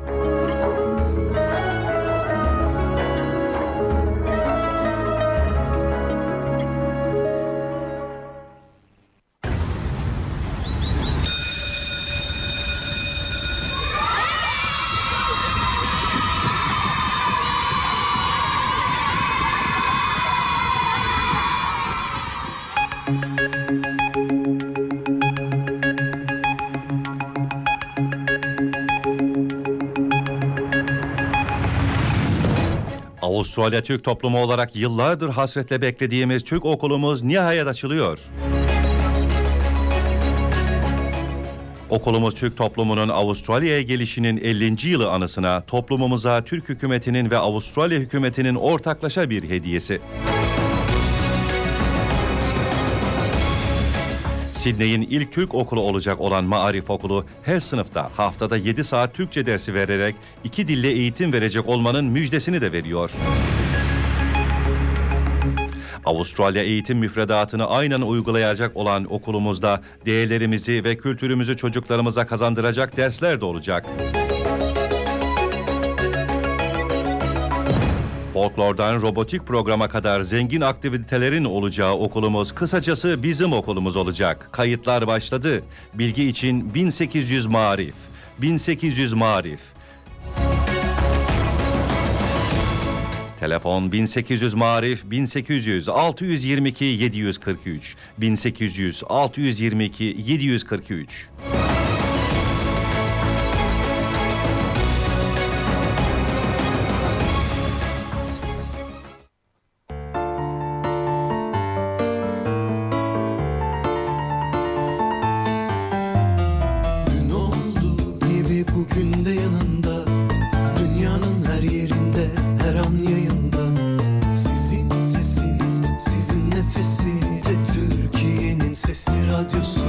Avustralya Türk toplumu olarak yıllardır hasretle beklediğimiz Türk okulumuz nihayet açılıyor. Okulumuz Türk toplumunun Avustralya'ya gelişinin ellinci yılı anısına toplumumuza Türk hükümetinin ve Avustralya hükümetinin ortaklaşa bir hediyesi. Sidney'in ilk Türk okulu olacak olan Maarif Okulu her sınıfta haftada yedi saat Türkçe dersi vererek iki dille eğitim verecek olmanın müjdesini de veriyor. Avustralya eğitim müfredatını aynen uygulayacak olan okulumuzda değerlerimizi ve kültürümüzü çocuklarımıza kazandıracak dersler de olacak. Folklordan robotik programa kadar zengin aktivitelerin olacağı okulumuz, kısacası bizim okulumuz olacak. Kayıtlar başladı. Bilgi için bin sekiz yüz Maarif. bin sekiz yüz Maarif. Telefon bin sekiz yüz Maarif bin sekiz yüz altı yüz yirmi iki yedi yüz kırk üç. bin sekiz yüz altı yüz yirmi iki yedi yüz kırk üç. Bugün de yanında, dünyanın her yerinde, her an yayında. Sizin sesiniz, sizin nefesiniz, Türkiye'nin sesi radyosu.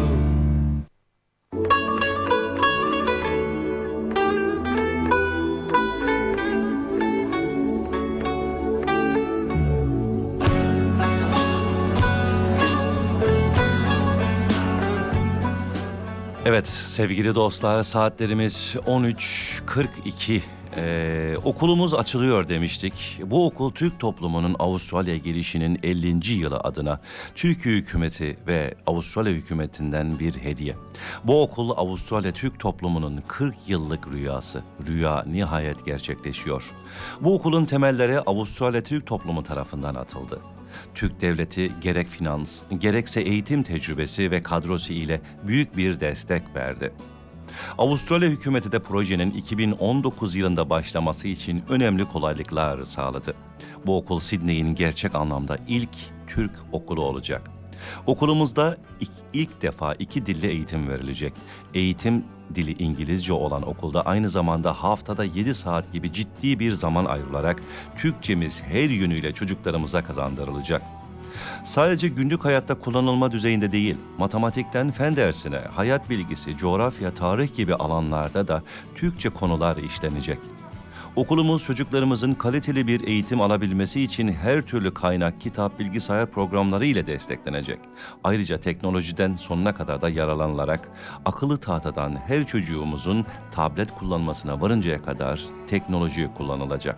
Evet sevgili dostlar, saatlerimiz on üç kırk iki. Ee, okulumuz açılıyor demiştik. Bu okul Türk toplumunun Avustralya'ya gelişinin ellinci yılı adına Türkiye hükümeti ve Avustralya hükümetinden bir hediye. Bu okul Avustralya Türk toplumunun kırk yıllık rüyası. Rüya nihayet gerçekleşiyor. Bu okulun temelleri Avustralya Türk toplumu tarafından atıldı. Türk devleti gerek finans, gerekse eğitim tecrübesi ve kadrosu ile büyük bir destek verdi. Avustralya hükümeti de projenin iki bin on dokuz yılında başlaması için önemli kolaylıklar sağladı. Bu okul Sidney'in gerçek anlamda ilk Türk okulu olacak. Okulumuzda ilk, ilk defa iki dille eğitim verilecek. Eğitim dili İngilizce olan okulda aynı zamanda haftada yedi saat gibi ciddi bir zaman ayrılarak Türkçemiz her yönüyle çocuklarımıza kazandırılacak. Sadece günlük hayatta kullanılma düzeyinde değil, matematikten fen dersine, hayat bilgisi, coğrafya, tarih gibi alanlarda da Türkçe konular işlenecek. Okulumuz çocuklarımızın kaliteli bir eğitim alabilmesi için her türlü kaynak, kitap, bilgisayar programları ile desteklenecek. Ayrıca teknolojiden sonuna kadar da yararlanılarak akıllı tahtadan her çocuğumuzun tablet kullanmasına varıncaya kadar teknoloji kullanılacak.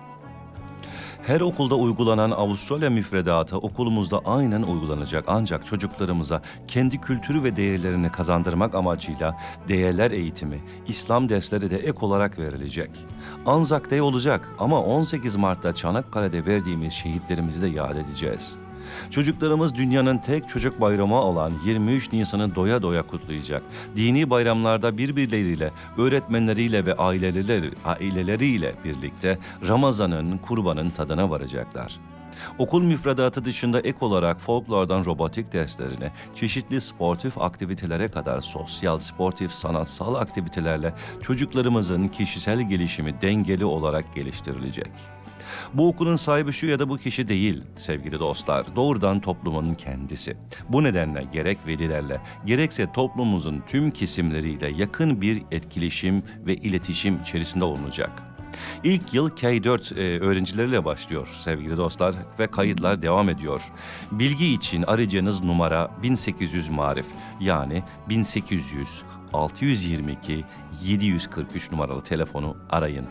Her okulda uygulanan Avustralya müfredatı okulumuzda aynen uygulanacak, ancak çocuklarımıza kendi kültürü ve değerlerini kazandırmak amacıyla değerler eğitimi, İslam dersleri de ek olarak verilecek. Anzac Day olacak ama on sekiz Mart'ta Çanakkale'de verdiğimiz şehitlerimizi de yad edeceğiz. Çocuklarımız dünyanın tek çocuk bayramı olan yirmi üç Nisan'ı doya doya kutlayacak. Dini bayramlarda birbirleriyle, öğretmenleriyle ve aileleriyle, aileleriyle birlikte Ramazan'ın, kurbanın tadına varacaklar. Okul müfredatı dışında ek olarak folklordan robotik derslerine, çeşitli sportif aktivitelere kadar sosyal, sportif, sanatsal aktivitelerle çocuklarımızın kişisel gelişimi dengeli olarak geliştirilecek. Bu okulun sahibi şu ya da bu kişi değil sevgili dostlar, doğrudan toplumun kendisi. Bu nedenle gerek velilerle, gerekse toplumumuzun tüm kesimleriyle yakın bir etkileşim ve iletişim içerisinde olunacak. İlk yıl K dört e, öğrencileriyle başlıyor sevgili dostlar ve kayıtlar devam ediyor. Bilgi için arayacağınız numara bin sekiz yüz Marif, yani bin sekiz yüz altı yüz yirmi iki yedi yüz kırk üç numaralı telefonu arayın.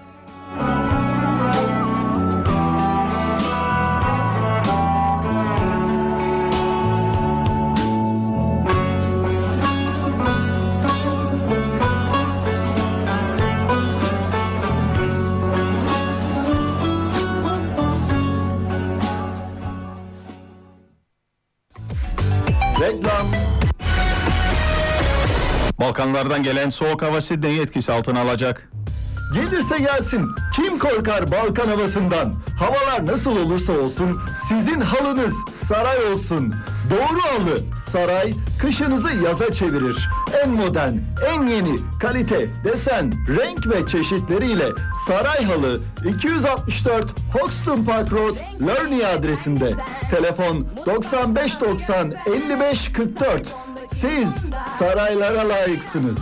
Reklam. Balkanlardan gelen soğuk hava Sidney'i etkisi altına alacak. Gelirse gelsin, kim korkar Balkan havasından? Havalar nasıl olursa olsun sizin halınız saray olsun. Doğru halı saray kışınızı yaza çevirir. En modern, en yeni kalite, desen, renk ve çeşitleriyle Saray Halı iki yüz altmış dört Hoxton Park Road, Lernie adresinde. Telefon doksan beş doksan elli beş kırk dört. Siz saraylara layıksınız.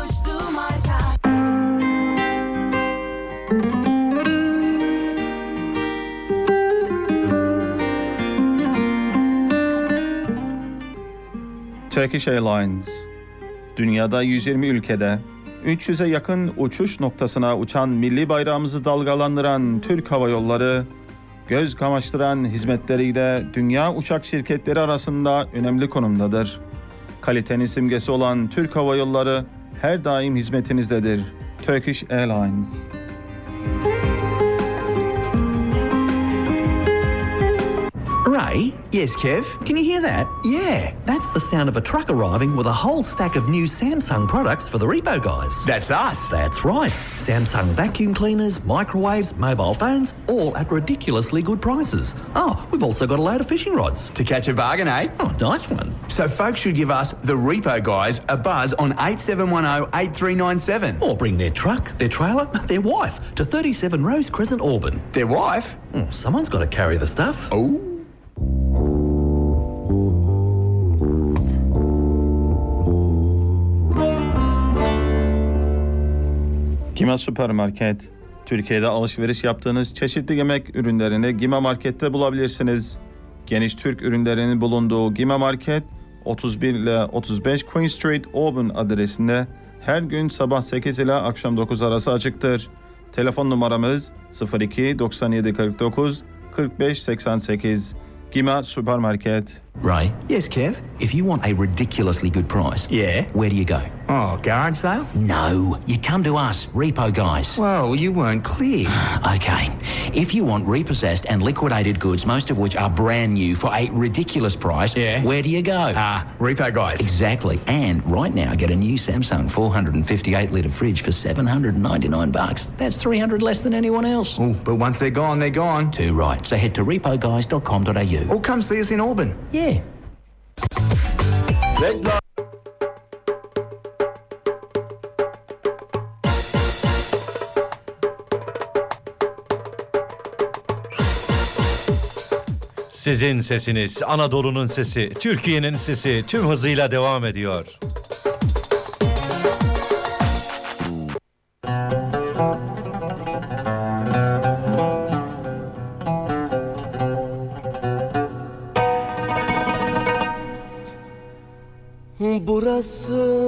Turkish Airlines, dünyada yüz yirmi ülkede üç yüze yakın uçuş noktasına uçan milli bayrağımızı dalgalandıran Türk Hava Yolları, göz kamaştıran hizmetleriyle dünya uçak şirketleri arasında önemli konumdadır. Kalitenin simgesi olan Türk Hava Yolları her daim hizmetinizdedir. Turkish Airlines. Ray? Yes, Kev? Can you hear that? Yeah, that's the sound of a truck arriving with a whole stack of new Samsung products for the repo guys. That's us. That's right. Samsung vacuum cleaners, microwaves, mobile phones, all at ridiculously good prices. Oh, we've also got a load of fishing rods. To catch a bargain, eh? Oh, nice one. So folks should give us, the repo guys, a buzz on eight seven one zero eight three nine seven. Or bring their truck, their trailer, their wife to thirty-seven Rose Crescent, Auburn. Their wife? Oh, someone's got to carry the stuff. Oh. Gima Süpermarket, Türkiye'de alışveriş yaptığınız çeşitli yemek ürünlerini Gima Market'te bulabilirsiniz. Geniş Türk ürünlerinin bulunduğu Gima Market, otuz bir ile otuz beş Queen Street, Auburn adresinde her gün sabah sekiz ile akşam dokuz arası açıktır. Telefon numaramız sıfır iki doksan yedi kırk dokuz kırk beş seksen sekiz. Gima Süpermarket. Ray? Yes, Kev? If you want a ridiculously good price, yeah, where do you go? Oh, garage sale? No, you come to us, repo guys. Well, you weren't clear. Okay, if you want repossessed and liquidated goods, most of which are brand new for a ridiculous price, yeah, where do you go? Ah, uh, repo guys. Exactly, and right now get a new Samsung four hundred fifty-eight litre fridge for seven hundred ninety-nine bucks. That's three hundred less than anyone else. Oh, but once they're gone, they're gone. Too right, so head to repo guys dot com dot a u. Or come see us in Auburn. Yeah. Reklam. Sizin sesiniz, Anadolu'nun sesi, Türkiye'nin sesi tüm hızıyla devam ediyor. Burası.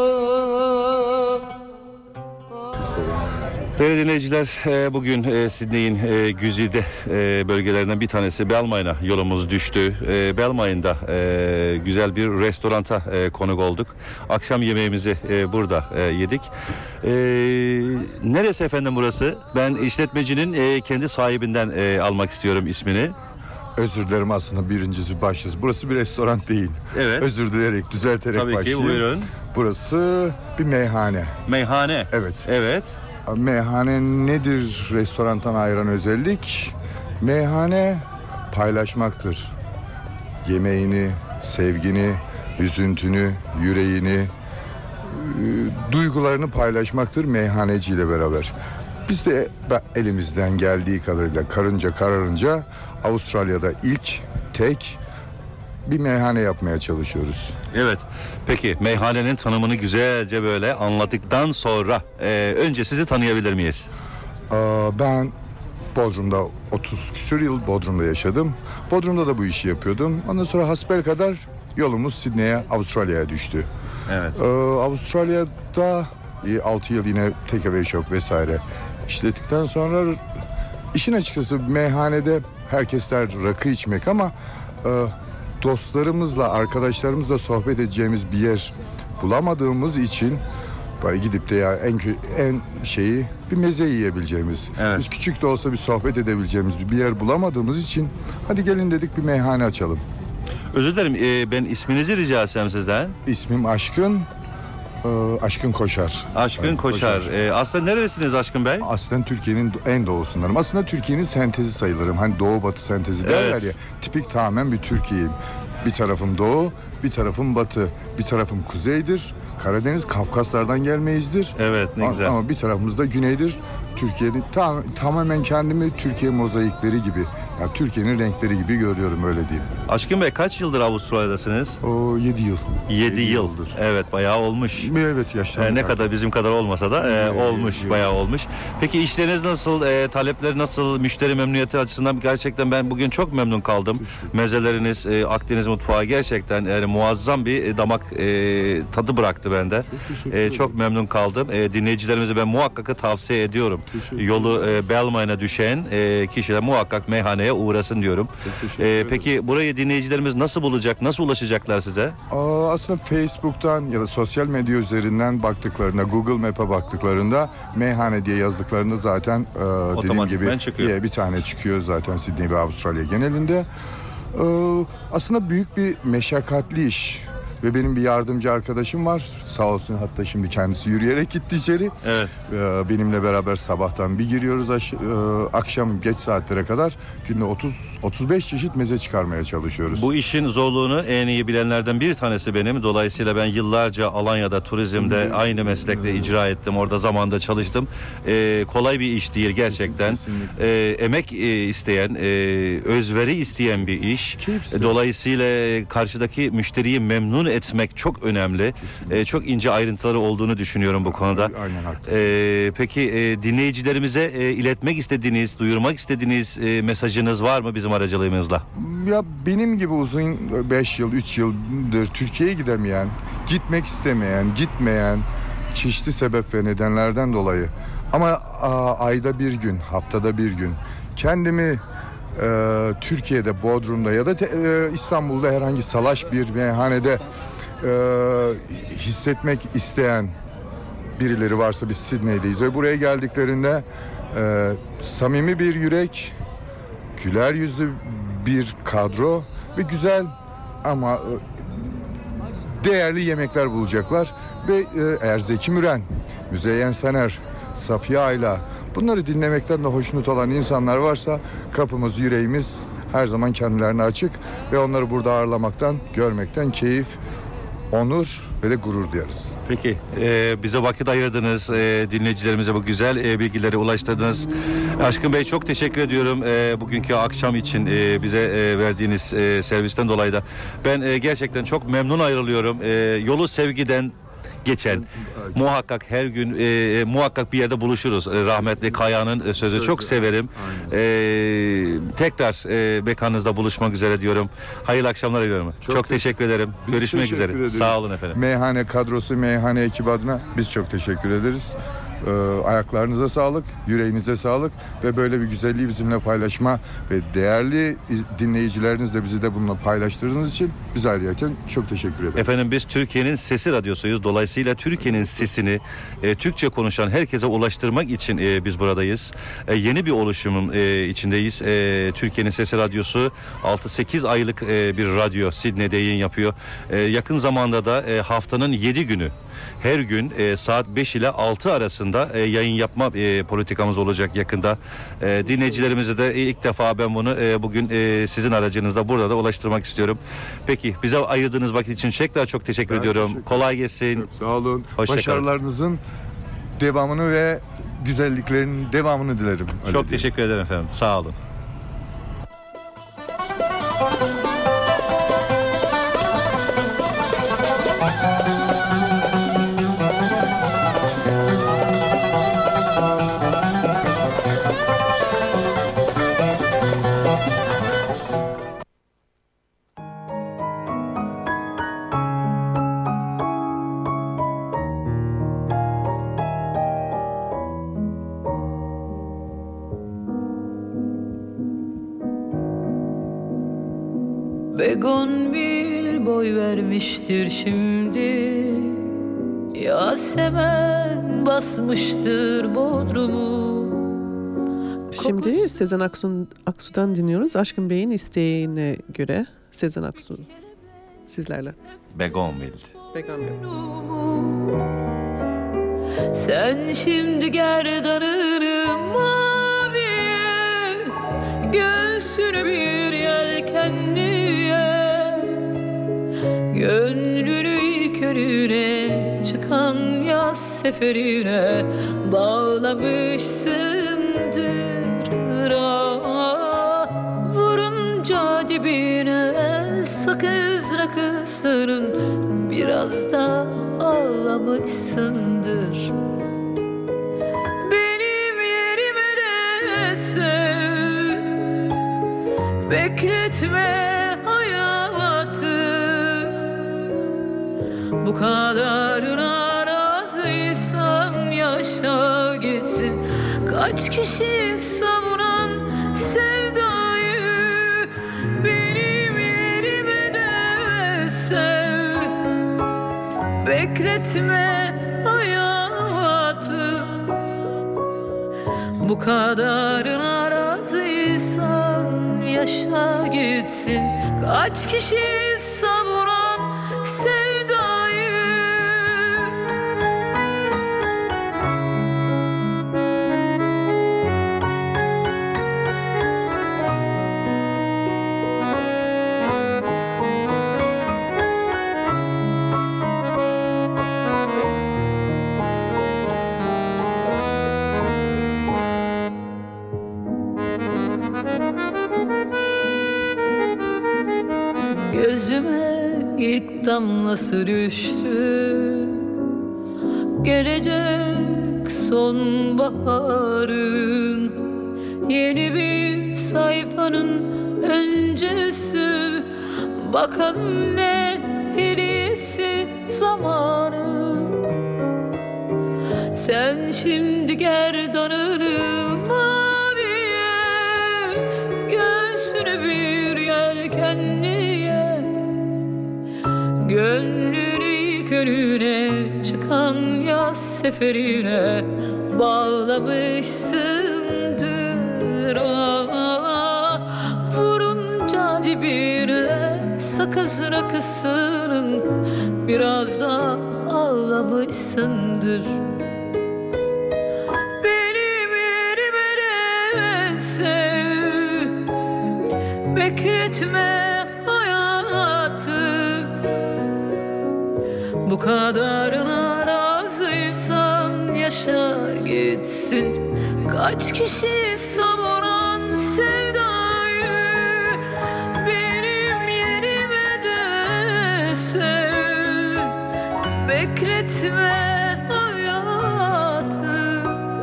Değerli dinleyiciler, bugün Sidney'in güzide bölgelerinden bir tanesi Balmain'a yolumuz düştü. Balmain'da güzel bir restoranta konuk olduk. Akşam yemeğimizi burada yedik. Neresi efendim burası? Ben işletmecinin kendi sahibinden almak istiyorum ismini. Özür dilerim, aslında birincisi başlıyoruz. Burası bir restoran değil. Evet. Özür dileyerek, düzelterek Tabii başlayayım. ki, buyurun. Burası bir meyhane. Meyhane. Evet. Evet. Meyhane nedir restorantan ayıran özellik? Meyhane paylaşmaktır. Yemeğini, sevgini, üzüntünü, yüreğini, e, duygularını paylaşmaktır meyhaneciyle beraber. Biz de elimizden geldiği kadarıyla karınca kararınca Avustralya'da ilk, tek bir meyhane yapmaya çalışıyoruz. Evet. Peki meyhanenin tanımını güzelce böyle anlattıktan sonra e, önce sizi tanıyabilir miyiz? Aa, ben Bodrum'da otuz küsur yıl Bodrum'da yaşadım. Bodrum'da da bu işi yapıyordum. Ondan sonra hasbelkader yolumuz Sydney'e, Avustralya'ya düştü. Evet. Ee, Avustralya'da altı yıl yine takeaway shop vesaire işlettikten sonra işin açıkçası meyhanede herkesler rakı içmek ama e, dostlarımızla, arkadaşlarımızla sohbet edeceğimiz bir yer bulamadığımız için böyle gidip de ya en en şeyi bir meze yiyebileceğimiz, evet. Biz küçük de olsa bir sohbet edebileceğimiz bir yer bulamadığımız için hadi gelin dedik bir meyhane açalım. Özür dilerim, e, ben isminizi rica etsem sizden. İsmim Aşkın. Ee, Aşkın Koşar. Aşkın Koşar. Koşar. Ee, aslında neresiniz Aşkın Bey? Aslında Türkiye'nin en doğusundanım. Aslında Türkiye'nin sentezi sayılırım. Hani doğu batı sentezi derler evet. ya. Tipik tamamen bir Türkiye'yim. Bir tarafım doğu, bir tarafım batı. Bir tarafım kuzeydir. Karadeniz, Kafkaslardan gelmeyizdir. Evet, ne güzel. Ama bir tarafımız da güneydir. Türkiye'de tam, tamamen kendimi Türkiye mozaikleri gibi, yani Türkiye'nin renkleri gibi görüyorum, öyle diyeyim. Aşkın Bey kaç yıldır Avustralya'dasınız? O yedi yıl. yedi yıldır. Evet, bayağı olmuş. Evet, yaşlandık. Ee, ne kadar bizim kadar olmasa da e, olmuş, evet. bayağı olmuş. Peki işleriniz nasıl? E, talepleri nasıl? Müşteri memnuniyeti açısından gerçekten ben bugün çok memnun kaldım. Mezeleriniz, e, Akdeniz mutfağı gerçekten yani muazzam bir e, damak e, tadı bıraktı bende. Çok, e, çok memnun kaldım. E, dinleyicilerimize ben muhakkak tavsiye ediyorum. Yolu e, Balmain'e düşen e, kişiler muhakkak meyhaneye uğrasın diyorum. E, peki burayı dinleyicilerimiz nasıl bulacak? Nasıl ulaşacaklar size? Aa, aslında Facebook'tan ya da sosyal medya üzerinden baktıklarında, Google Map'e baktıklarında meyhane diye yazdıklarında zaten e, dediğim gibi diye bir tane çıkıyor zaten Sydney ve Avustralya genelinde. E, aslında büyük bir meşakkatli iş. Ve benim bir yardımcı arkadaşım var. Sağ olsun, hatta şimdi kendisi yürüyerek gitti içeri. Evet. Ee, benimle beraber sabahtan bir giriyoruz aş- e, akşam geç saatlere kadar günde otuz otuz beş çeşit meze çıkarmaya çalışıyoruz. Bu işin zorluğunu en iyi bilenlerden bir tanesi benim. Dolayısıyla ben yıllarca Alanya'da turizmde hmm. aynı meslekte hmm. icra ettim. Orada zamanda çalıştım. Ee, kolay bir iş değil gerçekten. Ee, emek e, isteyen, e, özveri isteyen bir iş. E, dolayısıyla karşıdaki müşteriyi memnun etmek çok önemli. Ee, çok ince ayrıntıları olduğunu düşünüyorum bu konuda. Aynen haklı. Ee, peki e, dinleyicilerimize e, iletmek istediğiniz, duyurmak istediğiniz e, mesajınız var mı bizim aracılığımızla? Ya benim gibi uzun beş yıl, üç yıldır Türkiye'ye gidemeyen, gitmek istemeyen, gitmeyen çeşitli sebep ve nedenlerden dolayı ama a, ayda bir gün, haftada bir gün kendimi Ee, Türkiye'de, Bodrum'da ya da te, e, İstanbul'da herhangi salaş bir meyhanede e, hissetmek isteyen birileri varsa, biz Sydney'deyiz ve buraya geldiklerinde e, samimi bir yürek, güler yüzlü bir kadro ve güzel ama e, değerli yemekler bulacaklar ve e, eğer Zeki Müren, Müzeyyen Sener, Safiye Ayla, bunları dinlemekten de hoşnut olan insanlar varsa kapımız, yüreğimiz her zaman kendilerine açık ve onları burada ağırlamaktan, görmekten keyif, onur ve de gurur duyarız. Peki, e, bize vakit ayırdınız, e, dinleyicilerimize bu güzel e, bilgileri ulaştırdınız. Aşkın Bey çok teşekkür ediyorum e, bugünkü akşam için e, bize e, verdiğiniz e, servisten dolayı da. Ben e, gerçekten çok memnun ayrılıyorum. E, yolu sevgiden geçen, muhakkak her gün e, muhakkak bir yerde buluşuruz. E, rahmetli Kaya'nın e, sözü çok severim. E, tekrar e, mekanınızda buluşmak üzere diyorum. Hayırlı akşamlar diliyorum. Çok, çok teşekkür ederim. Biz Görüşmek teşekkür üzere. ederiz. Sağ olun efendim. Meyhane kadrosu, meyhane ekibi adına biz çok teşekkür ederiz. Ee, ayaklarınıza sağlık, yüreğinize sağlık ve böyle bir güzelliği bizimle paylaşma ve değerli dinleyicilerinizle bizi de bununla paylaştırdığınız için biz ayrıyeten çok teşekkür ederiz. Efendim biz Türkiye'nin sesi radyosuyuz. Dolayısıyla Türkiye'nin sesini e, Türkçe konuşan herkese ulaştırmak için e, biz buradayız. E, yeni bir oluşumun e, içindeyiz. E, Türkiye'nin Sesi Radyosu altı sekiz aylık e, bir radyo, Sydney'de yayın yapıyor. E, yakın zamanda da e, haftanın yedi günü her gün e, saat beş ile altı arasında e, yayın yapma e, politikamız olacak yakında. E, dinleyicilerimize de ilk defa ben bunu e, bugün e, sizin aracınızda burada da ulaştırmak istiyorum. Peki bize ayırdığınız vakit için tekrar çok teşekkür Ben ediyorum. teşekkür Kolay gelsin. Çok sağ olun. Hoşça Başarılarınızın devamını ve güzelliklerin devamını dilerim. Öyle Çok diyeyim. teşekkür ederim efendim. Sağ olun. Begonvil boy vermiştir şimdi, Yasemen basmıştır Bodrum'u. Şimdi Sezen Aksu, Aksu'dan dinliyoruz. Aşkın Bey'in isteğine göre Sezen Aksu sizlerle. Begonvil. Begonvil. Sen şimdi gerdanını maviye, göğsünü bir yelkenliye, gönlünü körüne çıkan yaz seferine bağlamışsındır. Ah, vurunca dibine sakız rakısının biraz da ağlamışsındır. Benim yerime de sev, bekletme hayatı. Bu kadarına razıysan yaşa gitsin. Kaç kişi savunan sevdayı, benim yerime de sev, bekletme hayatı. Bu kadarına razıysan yaşa gitsin. Kaç kişi savuran sevdayı. Gözüme ilk damlası düştü, gelecek sonbaharın, yeni bir sayfanın öncesi. Bakalım ne hediyesi zamanı. Sen şimdi gerdanını maviye, göğsünü bir yelkenliye, gönlünü körüne çıkan yaz seferine bağlamışsındır. Ah, vurunca dibine sakız rakısının biraz da ağlamışsındır. Benim yerime de sev, bekletme hayatı. Bu kadarına razıysan yaşa gitsin. Kaç kişi savuran sevdayı, benim yerime de sev, bekletme hayatı.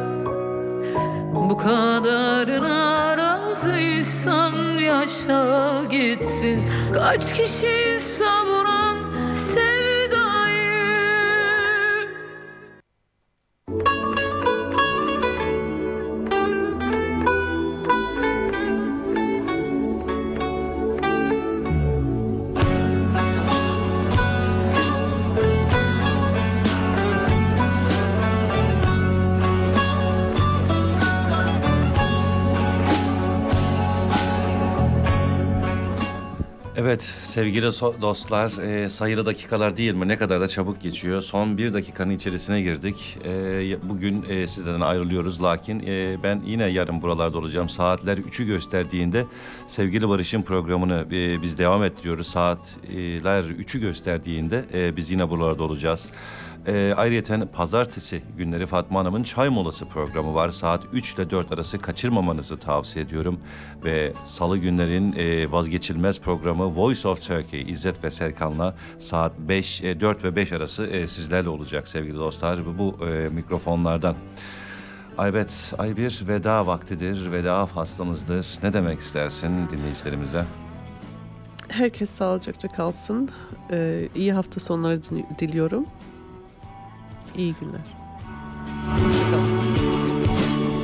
Bu kadarına razıysan yaşa gitsin. Kaç kişi savuran sevdayı. Evet sevgili so- dostlar, e, sayılı dakikalar değil mi? Ne kadar da çabuk geçiyor. Son bir dakikanın içerisine girdik. E, bugün e, sizden ayrılıyoruz. Lakin e, ben yine yarın buralarda olacağım. Saatler üçü gösterdiğinde sevgili Barış'ın programını e, biz devam ettiriyoruz. Saatler üçü gösterdiğinde e, biz yine buralarda olacağız. E, ayrıyeten pazartesi günleri Fatma Hanım'ın Çay Molası programı var. Saat üç ile dört arası kaçırmamanızı tavsiye ediyorum. Ve salı günlerin e, vazgeçilmez programı Voice of Turkey İzzet ve Serkan'la saat beş, e, dört ve beş arası e, sizlerle olacak sevgili dostlar. Bu e, mikrofonlardan. Evet, ay bir veda vaktidir, veda faslımızdır. Ne demek istersin dinleyicilerimize? Herkes sağlıcakla kalsın. Ee, iyi hafta sonları diliyorum. İyi günler.